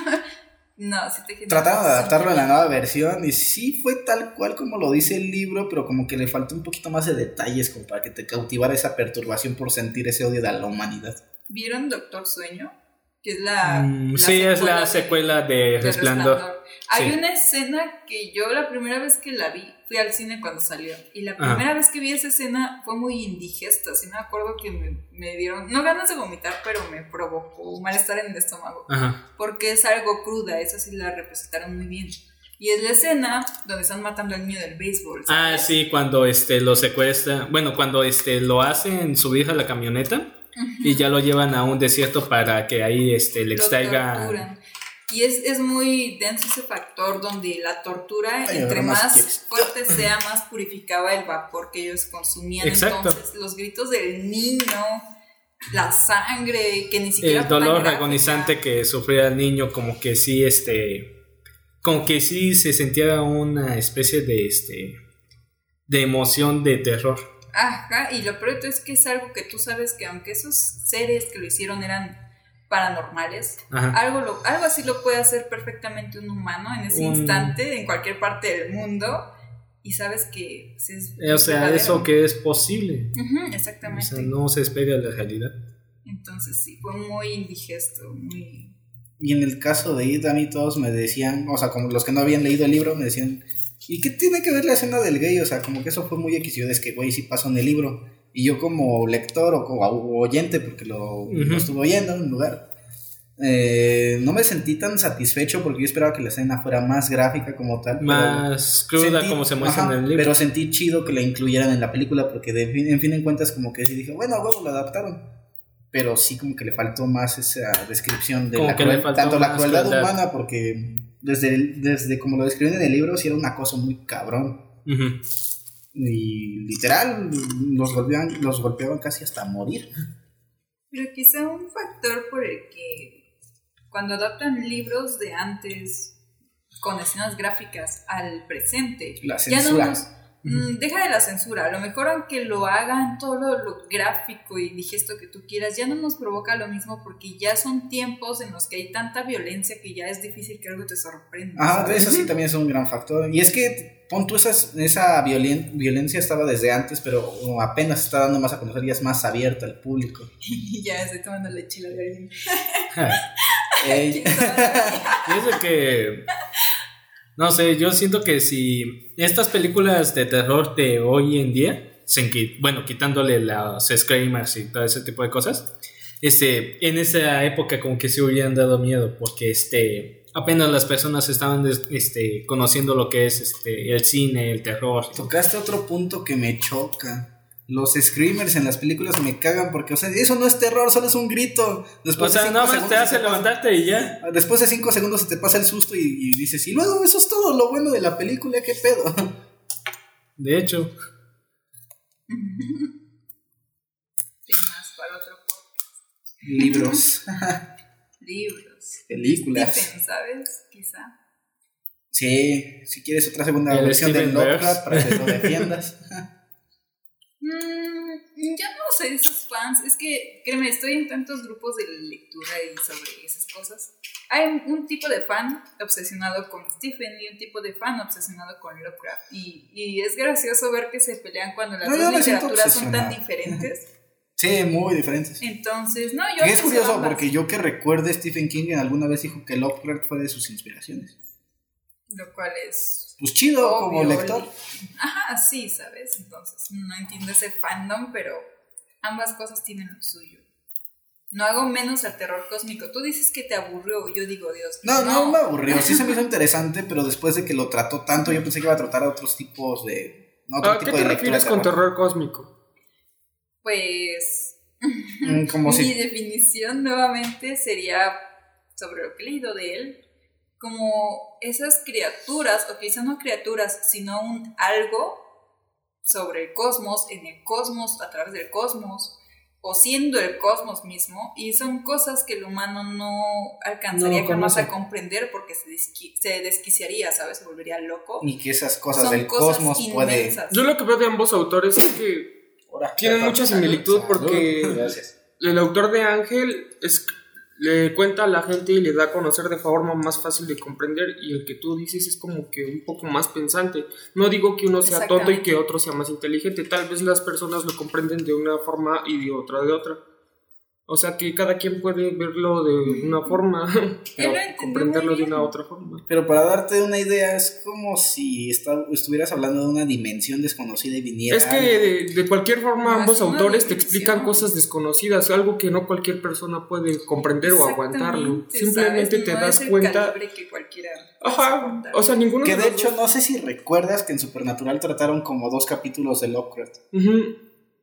No, sí te genera.
Trataron de adaptarlo en la nueva versión y sí fue tal cual como lo dice el libro, pero como que le faltó un poquito más de detalles como para que te cautivara esa perturbación por sentir ese odio de la humanidad.
¿Vieron Doctor Sueño? Que es la
sí, es la secuela de Resplandor.
Hay
sí.
una escena que yo la primera vez que la vi, fui al cine cuando salió, y la primera vez que vi esa escena fue muy indigesta. Sí me acuerdo que me dieron, no ganas de vomitar, pero me provocó malestar en el estómago.
Ajá.
Porque es algo cruda, esa sí la representaron muy bien. Y es la escena donde están matando al niño del béisbol, ¿sabes?
Ah, sí, cuando lo secuestra, bueno, cuando lo hacen subir a la camioneta. Uh-huh. Y ya lo llevan a un desierto para que ahí le extraigan.
Y es muy denso ese factor donde la tortura, entre más fuerte sea, más purificaba el vapor que ellos consumían.
Exacto.
Entonces los gritos del niño, la sangre, que ni siquiera
el dolor agonizante que sufría el niño, como que sí, como que sí se sentía una especie de emoción de terror.
Ajá, y lo peor es que es algo que tú sabes que aunque esos seres que lo hicieron eran paranormales, algo así lo puede hacer perfectamente un humano en ese instante, en cualquier parte del mundo, y sabes que es
o sea, verdadero. Eso que es posible.
Uh-huh, exactamente.
O sea, no se despega de la realidad.
Entonces sí, fue muy indigesto, muy...
Y en el caso de It, a mí todos me decían, o sea, como los que no habían leído el libro, me decían... ¿Y qué tiene que ver la escena del gay? O sea, como que eso fue muy X. Yo es que, güey, sí pasó en el libro. Y yo como lector o como oyente, porque lo estuve oyendo en un lugar, no me sentí tan satisfecho porque yo esperaba que la escena fuera más gráfica como tal.
Más cruda como se muestra en el libro.
Pero sentí chido que la incluyeran en la película porque en fin en cuentas como que sí dije, bueno, huevo, lo adaptaron. Pero sí como que le faltó más esa descripción de tanto la crueldad humana porque... Desde como lo describen en el libro, sí era un acoso muy cabrón. Uh-huh. Y literal, los golpeaban casi hasta morir.
Pero quizá un factor por el que cuando adaptan libros de antes con escenas gráficas al presente,
la censura.
Deja de la censura, a lo mejor aunque lo hagan todo lo gráfico y digesto que tú quieras, ya no nos provoca lo mismo porque ya son tiempos en los que hay tanta violencia que ya es difícil que algo te sorprenda.
Eso sí también es un gran factor. Y es que, pon tú, esa violencia estaba desde antes, pero apenas se está dando más a conocer y es más abierta al público.
Ya estoy tomando leche de alguien.
Y es que... No sé, yo siento que si estas películas de terror de hoy en día, quitándole los screamers y todo ese tipo de cosas, en esa época como que se hubieran dado miedo, porque apenas las personas estaban conociendo lo que es el cine, el terror.
Tocaste otro punto que me choca. Los screamers en las películas me cagan porque, o sea, eso no es terror, solo es un grito. Después
o sea, no más te hace levantarte y ya.
Después de 5 segundos se te pasa el susto y dices, y luego eso es todo lo bueno de la película, ¿qué pedo?
De hecho.
Temas para otro podcast.
Libros. Películas.
Stephen, ¿sabes? Quizá.
Sí, si quieres otra segunda versión de Lovecraft para que lo defiendas.
Ya no sé de esos fans, es que, créeme, estoy en tantos grupos de lectura y sobre esas cosas. Hay un tipo de fan obsesionado con Stephen y un tipo de fan obsesionado con Lovecraft. Y es gracioso ver que se pelean cuando las dos literaturas son tan diferentes.
Sí, muy diferentes.
Entonces,
es curioso porque yo que recuerde, Stephen King alguna vez dijo que Lovecraft fue de sus inspiraciones.
Lo cual es...
Pues chido, obvio, como lector.
Ajá, sí, ¿sabes? Entonces, no entiendo ese fandom, pero ambas cosas tienen lo suyo. No hago menos al terror cósmico. Tú dices que te aburrió, yo digo, Dios.
No me aburrió. Sí se me hizo interesante, pero después de que lo trató tanto, yo pensé que iba a tratar a otros tipos de...
¿A qué te refieres con terror cósmico?
Pues...
Como
Mi
si...
definición nuevamente sería, sobre lo que he leído de él, como esas criaturas, o quizá no criaturas, sino un algo sobre el cosmos, en el cosmos, a través del cosmos, o siendo el cosmos mismo, y son cosas que el humano no alcanzaría jamás a comprender porque se desquiciaría, ¿sabes? Se volvería loco.
Y que esas cosas
Son
del
cosas
cosmos
inmensas.
Yo lo que veo de ambos autores es que tienen mucha similitud porque
Gracias.
el autor de Ángel le cuenta a la gente y le da a conocer de forma más fácil de comprender, y el que tú dices es como que un poco más pensante. No digo que uno sea tonto y que otro sea más inteligente, tal vez las personas lo comprenden de una forma y de otra. O sea que cada quien puede verlo de una forma, pero comprenderlo de una otra forma.
Pero para darte una idea, es como si estuvieras hablando de una dimensión desconocida y viniera...
Es que de cualquier forma ambos autores te
dimensión.
explican cosas desconocidas, algo que no cualquier persona puede comprender o aguantarlo. Simplemente
¿sabes?
te
No
das
es el
cuenta...
calibre que cualquiera
Ajá, o sea, ninguno
Que
de
de
los
hecho,
dos.
no sé si recuerdas que en Supernatural trataron como 2 capítulos de Lovecraft.
Ujú.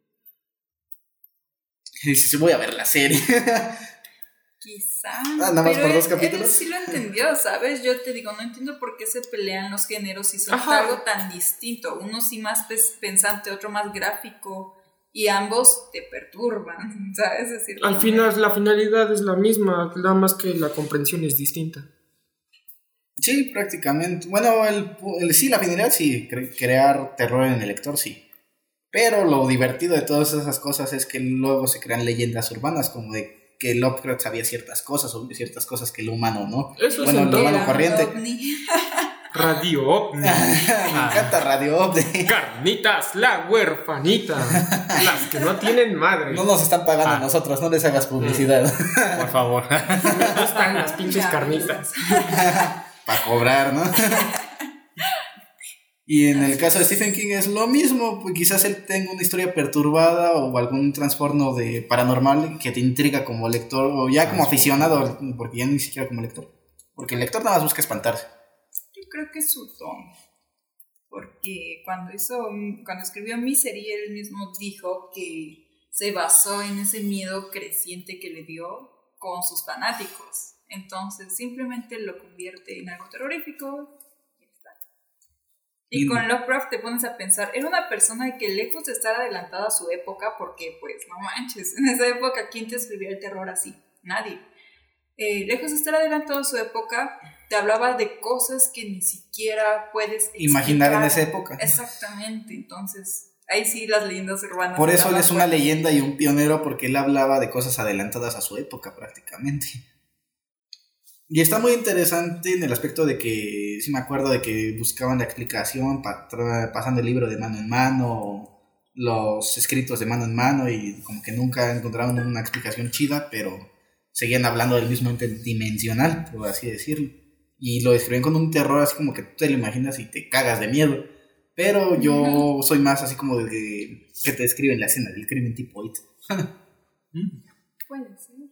Y dices, voy a ver la serie.
Quizá.
Nada más
pero
por 2 capítulos.
Él sí lo entendió, ¿sabes? Yo te digo, no entiendo por qué se pelean los géneros si son
Ajá.
algo tan distinto. Uno sí más pensante, otro más gráfico. Y ambos te perturban, ¿sabes? Es decir,
Al final, la finalidad es la misma, nada más que la comprensión es distinta.
Sí, prácticamente. Bueno, sí, la finalidad sí, crear terror en el lector, sí. Pero lo divertido de todas esas cosas es que luego se crean leyendas urbanas, como de que Lovecraft sabía ciertas cosas, o ciertas cosas que el humano no.
Eso
Bueno,
es
el humano
era
corriente.
un ovni.
Radio OVNI.
Me encanta Radio OVNI.
Carnitas, la huerfanita. Las que no tienen madre.
No nos están pagando a nosotros, no les hagas publicidad.
Por favor.
Me gustan las pinches carnitas.
Para cobrar, ¿no? Y en el caso de Stephen King es lo mismo, pues quizás él tenga una historia perturbada o algún trastorno de paranormal que te intriga como lector o ya como aficionado, porque ya ni siquiera como lector. Porque el lector nada más busca espantarse.
Yo creo que es su tono. Porque cuando escribió Misery, él mismo dijo que se basó en ese miedo creciente que le dio con sus fanáticos. Entonces simplemente lo convierte en algo terrorífico. Y con Lovecraft te pones a pensar, era una persona que lejos de estar adelantada a su época, porque pues no manches, en esa época ¿quién te escribía el terror así? Nadie. Lejos de estar adelantado a su época, te hablaba de cosas que ni siquiera puedes
imaginar
explicar.
en esa época.
Exactamente, entonces ahí sí las leyendas urbanas.
Por eso él es una leyenda y un pionero, porque él hablaba de cosas adelantadas a su época prácticamente. Y está muy interesante en el aspecto de que, sí me acuerdo de que buscaban la explicación pasando el libro de mano en mano, los escritos de mano en mano, y como que nunca encontraron una explicación chida, pero seguían hablando del mismo ente dimensional, por así decirlo. Y lo describen con un terror así como que tú te lo imaginas y te cagas de miedo. Pero yo soy más así como de que te describen la escena del crimen tipo It.
Puede ser.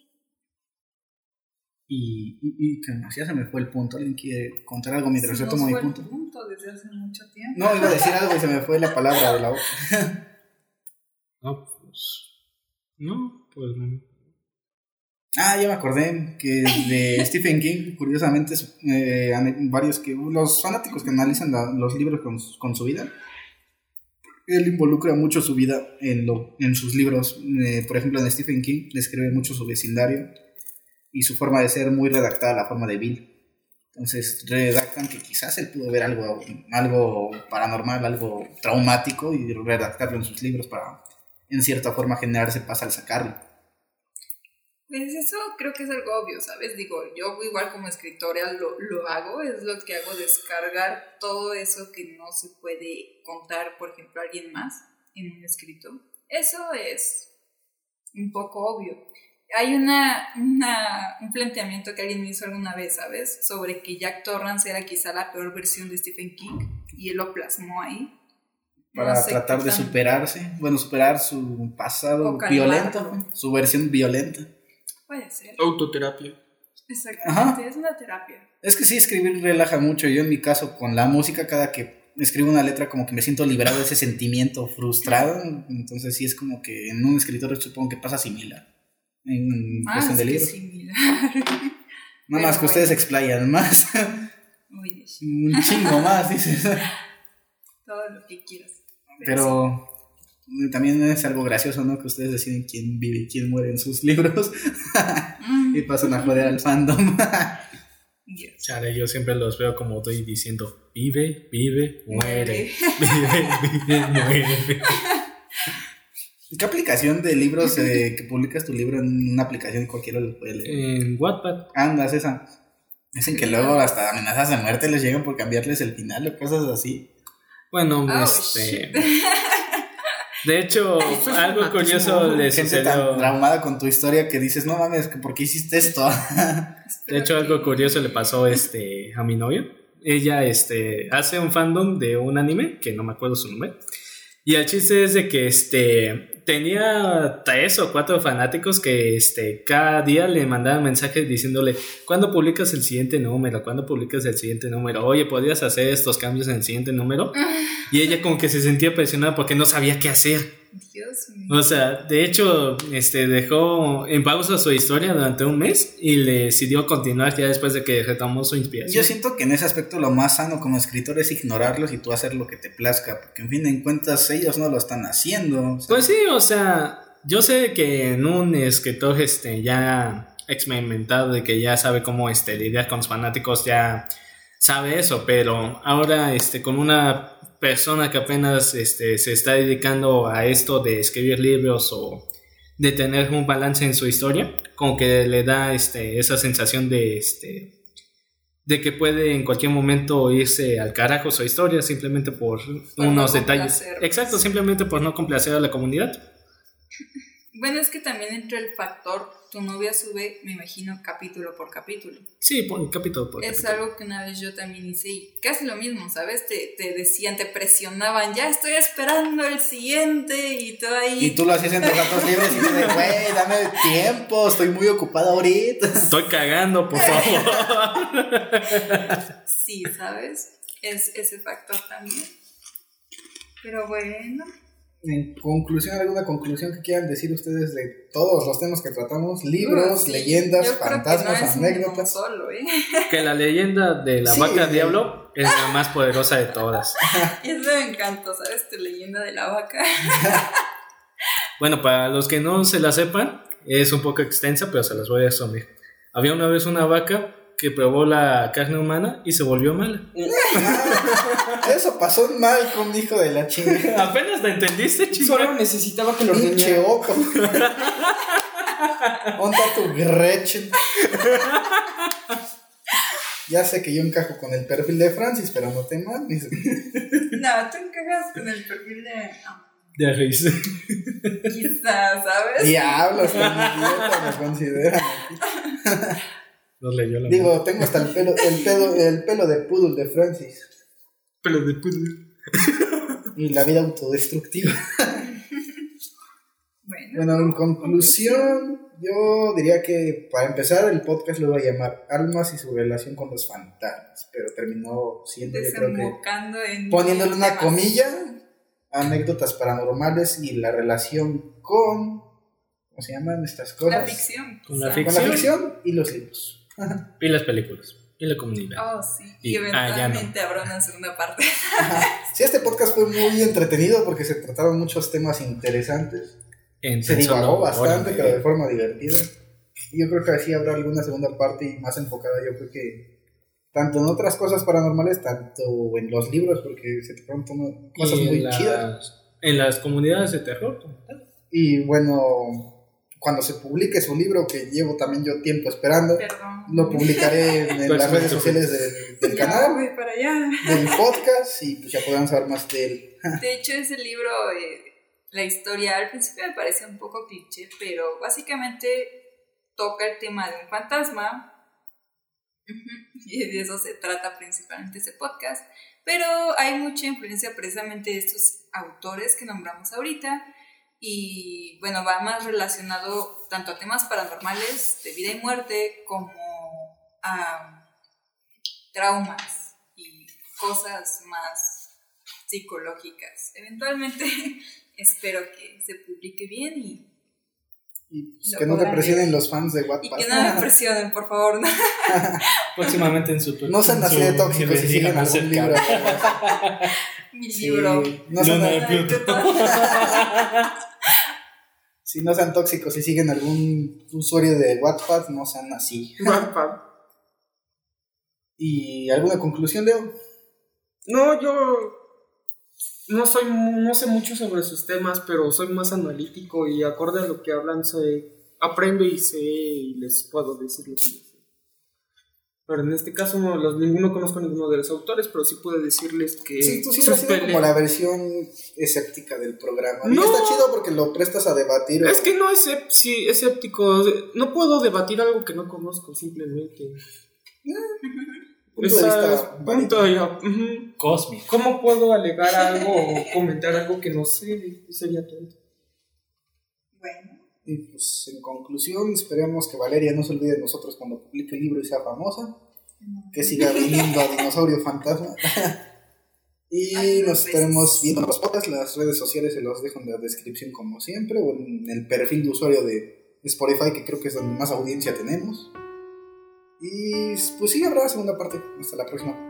Y que ya se me fue el punto. ¿Alguien quiere contar algo mientras yo tomo mi punto?
Desde hace mucho tiempo.
No, iba a decir algo y se me fue la palabra de la boca.
No, pues. No, pues no.
Ya me acordé que de Stephen King, curiosamente, varios que los fanáticos que analizan los libros con su vida, él involucra mucho su vida en sus libros. Por ejemplo, en Stephen King describe mucho su vecindario y su forma de ser muy redactada, la forma de Bill. Entonces redactan que quizás él pudo ver algo paranormal, algo traumático, y redactarlo en sus libros para, en cierta forma, generarse paz al sacarlo.
Pues eso creo que es algo obvio, ¿sabes? Digo, yo igual como escritora lo hago, es lo que hago, descargar todo eso que no se puede contar, por ejemplo, a alguien más en un escrito. Eso es un poco obvio. Hay un planteamiento que alguien me hizo alguna vez, ¿sabes? Sobre que Jack Torrance era quizá la peor versión de Stephen King, y él lo plasmó ahí.
Para tratar de superar su pasado violento, su versión violenta.
Puede ser.
Autoterapia.
Exactamente, es una terapia.
Es que sí, escribir relaja mucho. Yo en mi caso, con la música, cada que escribo una letra como que me siento liberado de ese sentimiento frustrado. Entonces sí es como que en un escritor supongo que pasa similar. en cuestión de libros.
Similar.
Nada más que ustedes explayan más.
Muy bien.
Un chingo más, dices.
Todo lo que quieras.
Pero también es algo gracioso, ¿no? Que ustedes deciden quién vive y quién muere en sus libros. Y pasan a joder al fandom.
Yes.
Chale, yo siempre los veo como estoy diciendo: vive, vive, muere. Vive, vive, muere.
¿Qué aplicación de libros que publicas tu libro en una aplicación y cualquiera lo puede leer?
En Wattpad.
Andas esa. Dicen que luego hasta amenazas de muerte les llegan por cambiarles el final o cosas así.
Bueno,
Shit.
de hecho, algo curioso le
Gente
sucedió.
tan traumada con tu historia que dices, no mames, ¿por qué hiciste esto?
De hecho, algo curioso le pasó a mi novia. Ella hace un fandom de un anime, que no me acuerdo su nombre. Y el chiste es de que tenía 3 o 4 fanáticos que cada día le mandaban mensajes diciéndole: ¿cuándo publicas el siguiente número? ¿Cuándo publicas el siguiente número? Oye, ¿podrías hacer estos cambios en el siguiente número? Y ella como que se sentía presionada porque no sabía qué hacer.
Dios mío.
O sea, de hecho, dejó en pausa su historia durante un mes y le decidió continuar ya después de que retomó su inspiración.
Yo siento que en ese aspecto lo más sano como escritor es ignorarlos y tú hacer lo que te plazca, porque en fin de cuentas ellos no lo están haciendo. O sea,
pues sí, o sea, yo sé que en un escritor ya experimentado de que ya sabe cómo lidiar con los fanáticos, ya sabe eso, pero ahora con una persona que apenas se está dedicando a esto de escribir libros o de tener un balance en su historia, como que le da esa sensación de que puede en cualquier momento irse al carajo su historia simplemente por unos detalles. Exacto, simplemente por no complacer a la comunidad.
Bueno, es que también entra el factor, tu novia sube, me imagino, capítulo por capítulo.
Sí, por capítulo por
Es
capítulo.
algo que una vez yo también hice y casi lo mismo, ¿sabes? Te decían, te presionaban, ya estoy esperando el siguiente y todo ahí.
Y tú lo hacías en tus ratos libres y dices, güey, dame tiempo, estoy muy ocupada ahorita.
Estoy cagando, por favor.
Sí, ¿sabes? Es ese factor también. Pero bueno.
En conclusión, ¿alguna conclusión que quieran decir ustedes de todos los temas que tratamos? Libros,
Sí,
leyendas,
yo creo
fantasmas,
que no es
anécdotas.
uno solo,
Que la leyenda de la
Sí,
vaca diablo es la más poderosa de todas.
Eso me encantó, ¿sabes? Tu leyenda de la vaca.
Bueno, para los que no se la sepan, es un poco extensa, pero se las voy a resumir. Había una vez una vaca que probó la carne humana y se volvió mala.
Eso pasó mal con mi hijo de la chingada.
Apenas la entendiste, chico.
Solo necesitaba que lo
Pinche
ordeñara.
oco. Onta tu Gretchen. Ya sé que yo encajo con el perfil de Francis, pero no te mames.
No, tú encajas con el perfil de...
De risa.
Quizás, ¿sabes?
Diablos, tan idiota me consideran aquí.
No leyó la
Digo, tengo hasta el pelo de poodle de Francis.
pelo de puto.
Y la vida autodestructiva. Bueno, en conclusión, yo diría que para empezar el podcast lo voy a llamar Almas y su relación con los fantasmas, pero terminó siendo, yo creo que,
Desembocando en...
poniéndole una
temas.
comilla, anécdotas paranormales y la relación con, ¿cómo se llaman estas cosas?
La ficción.
Con la
quizá.
Con la ficción y los libros.
Y las películas. Y la comunidad.
Oh, sí.
Y-
Y
ya
eventualmente habrá una segunda parte.
Sí, este podcast fue muy entretenido porque se trataron muchos temas interesantes.
En
Se
tan solo
divagó
hora y
bastante,
media.
pero de forma divertida. Y yo creo que así habrá alguna segunda parte y más enfocada, yo creo que tanto en otras cosas paranormales, tanto en los libros, porque se trataron cosas
Y
muy
en
chidas.
En las comunidades de terror. como tal.
Y bueno, cuando se publique su libro, que llevo también yo tiempo esperando,
Perdón.
lo publicaré en las redes sociales del
Ya
canal,
voy para allá.
del podcast, y pues ya podrán saber más de él.
De hecho, ese libro, la historia al principio me parece un poco cliché, pero básicamente toca el tema de un fantasma. Y de eso se trata principalmente ese podcast. Pero hay mucha influencia precisamente de estos autores que nombramos ahorita. Y bueno, va más relacionado tanto a temas paranormales de vida y muerte como a traumas y cosas más psicológicas. Eventualmente espero que se publique bien y
Y pues,
Lo
que no te
podrán
presionen
leer.
los fans de
Y
Wattpad.
que no me presionen, por favor. No.
Próximamente en su
No sean así de tóxicos si siguen
más
algún libro.
Mi
Sí,
libro.
no sean,
Luna de Pluto.
si no sean tóxicos si siguen algún usuario de Wattpad, no sean así.
Wattpad.
¿Y alguna conclusión, Leo?
No, yo no sé mucho sobre sus temas, pero soy más analítico y acorde a lo que hablan aprendo y sé y les puedo decir lo que yo sé. Pero en este caso ninguno conozco a ninguno de los autores, pero sí puedo decirles que
Sí, tú siempre has sido como la versión escéptica del programa. Y
No.
está chido porque lo prestas a debatir.
Es que no es escéptico, no puedo debatir algo que no conozco simplemente.
Punto de vista
Punto ya. Ujú.
Cósmico.
¿Cómo puedo alegar algo o comentar algo que no sé? Sería tonto.
Bueno,
Y pues en conclusión, esperemos que Valeria no se olvide de nosotros cuando publique el libro y sea famosa. Que siga viniendo a Dinosaurio Fantasma. Y
Ay,
nos
no,
estaremos viendo en los podcasts. Las redes sociales se los dejo en la descripción como siempre, o en el perfil de usuario de Spotify, que creo que es donde más audiencia tenemos. Y pues sí, habrá segunda parte. Hasta la próxima.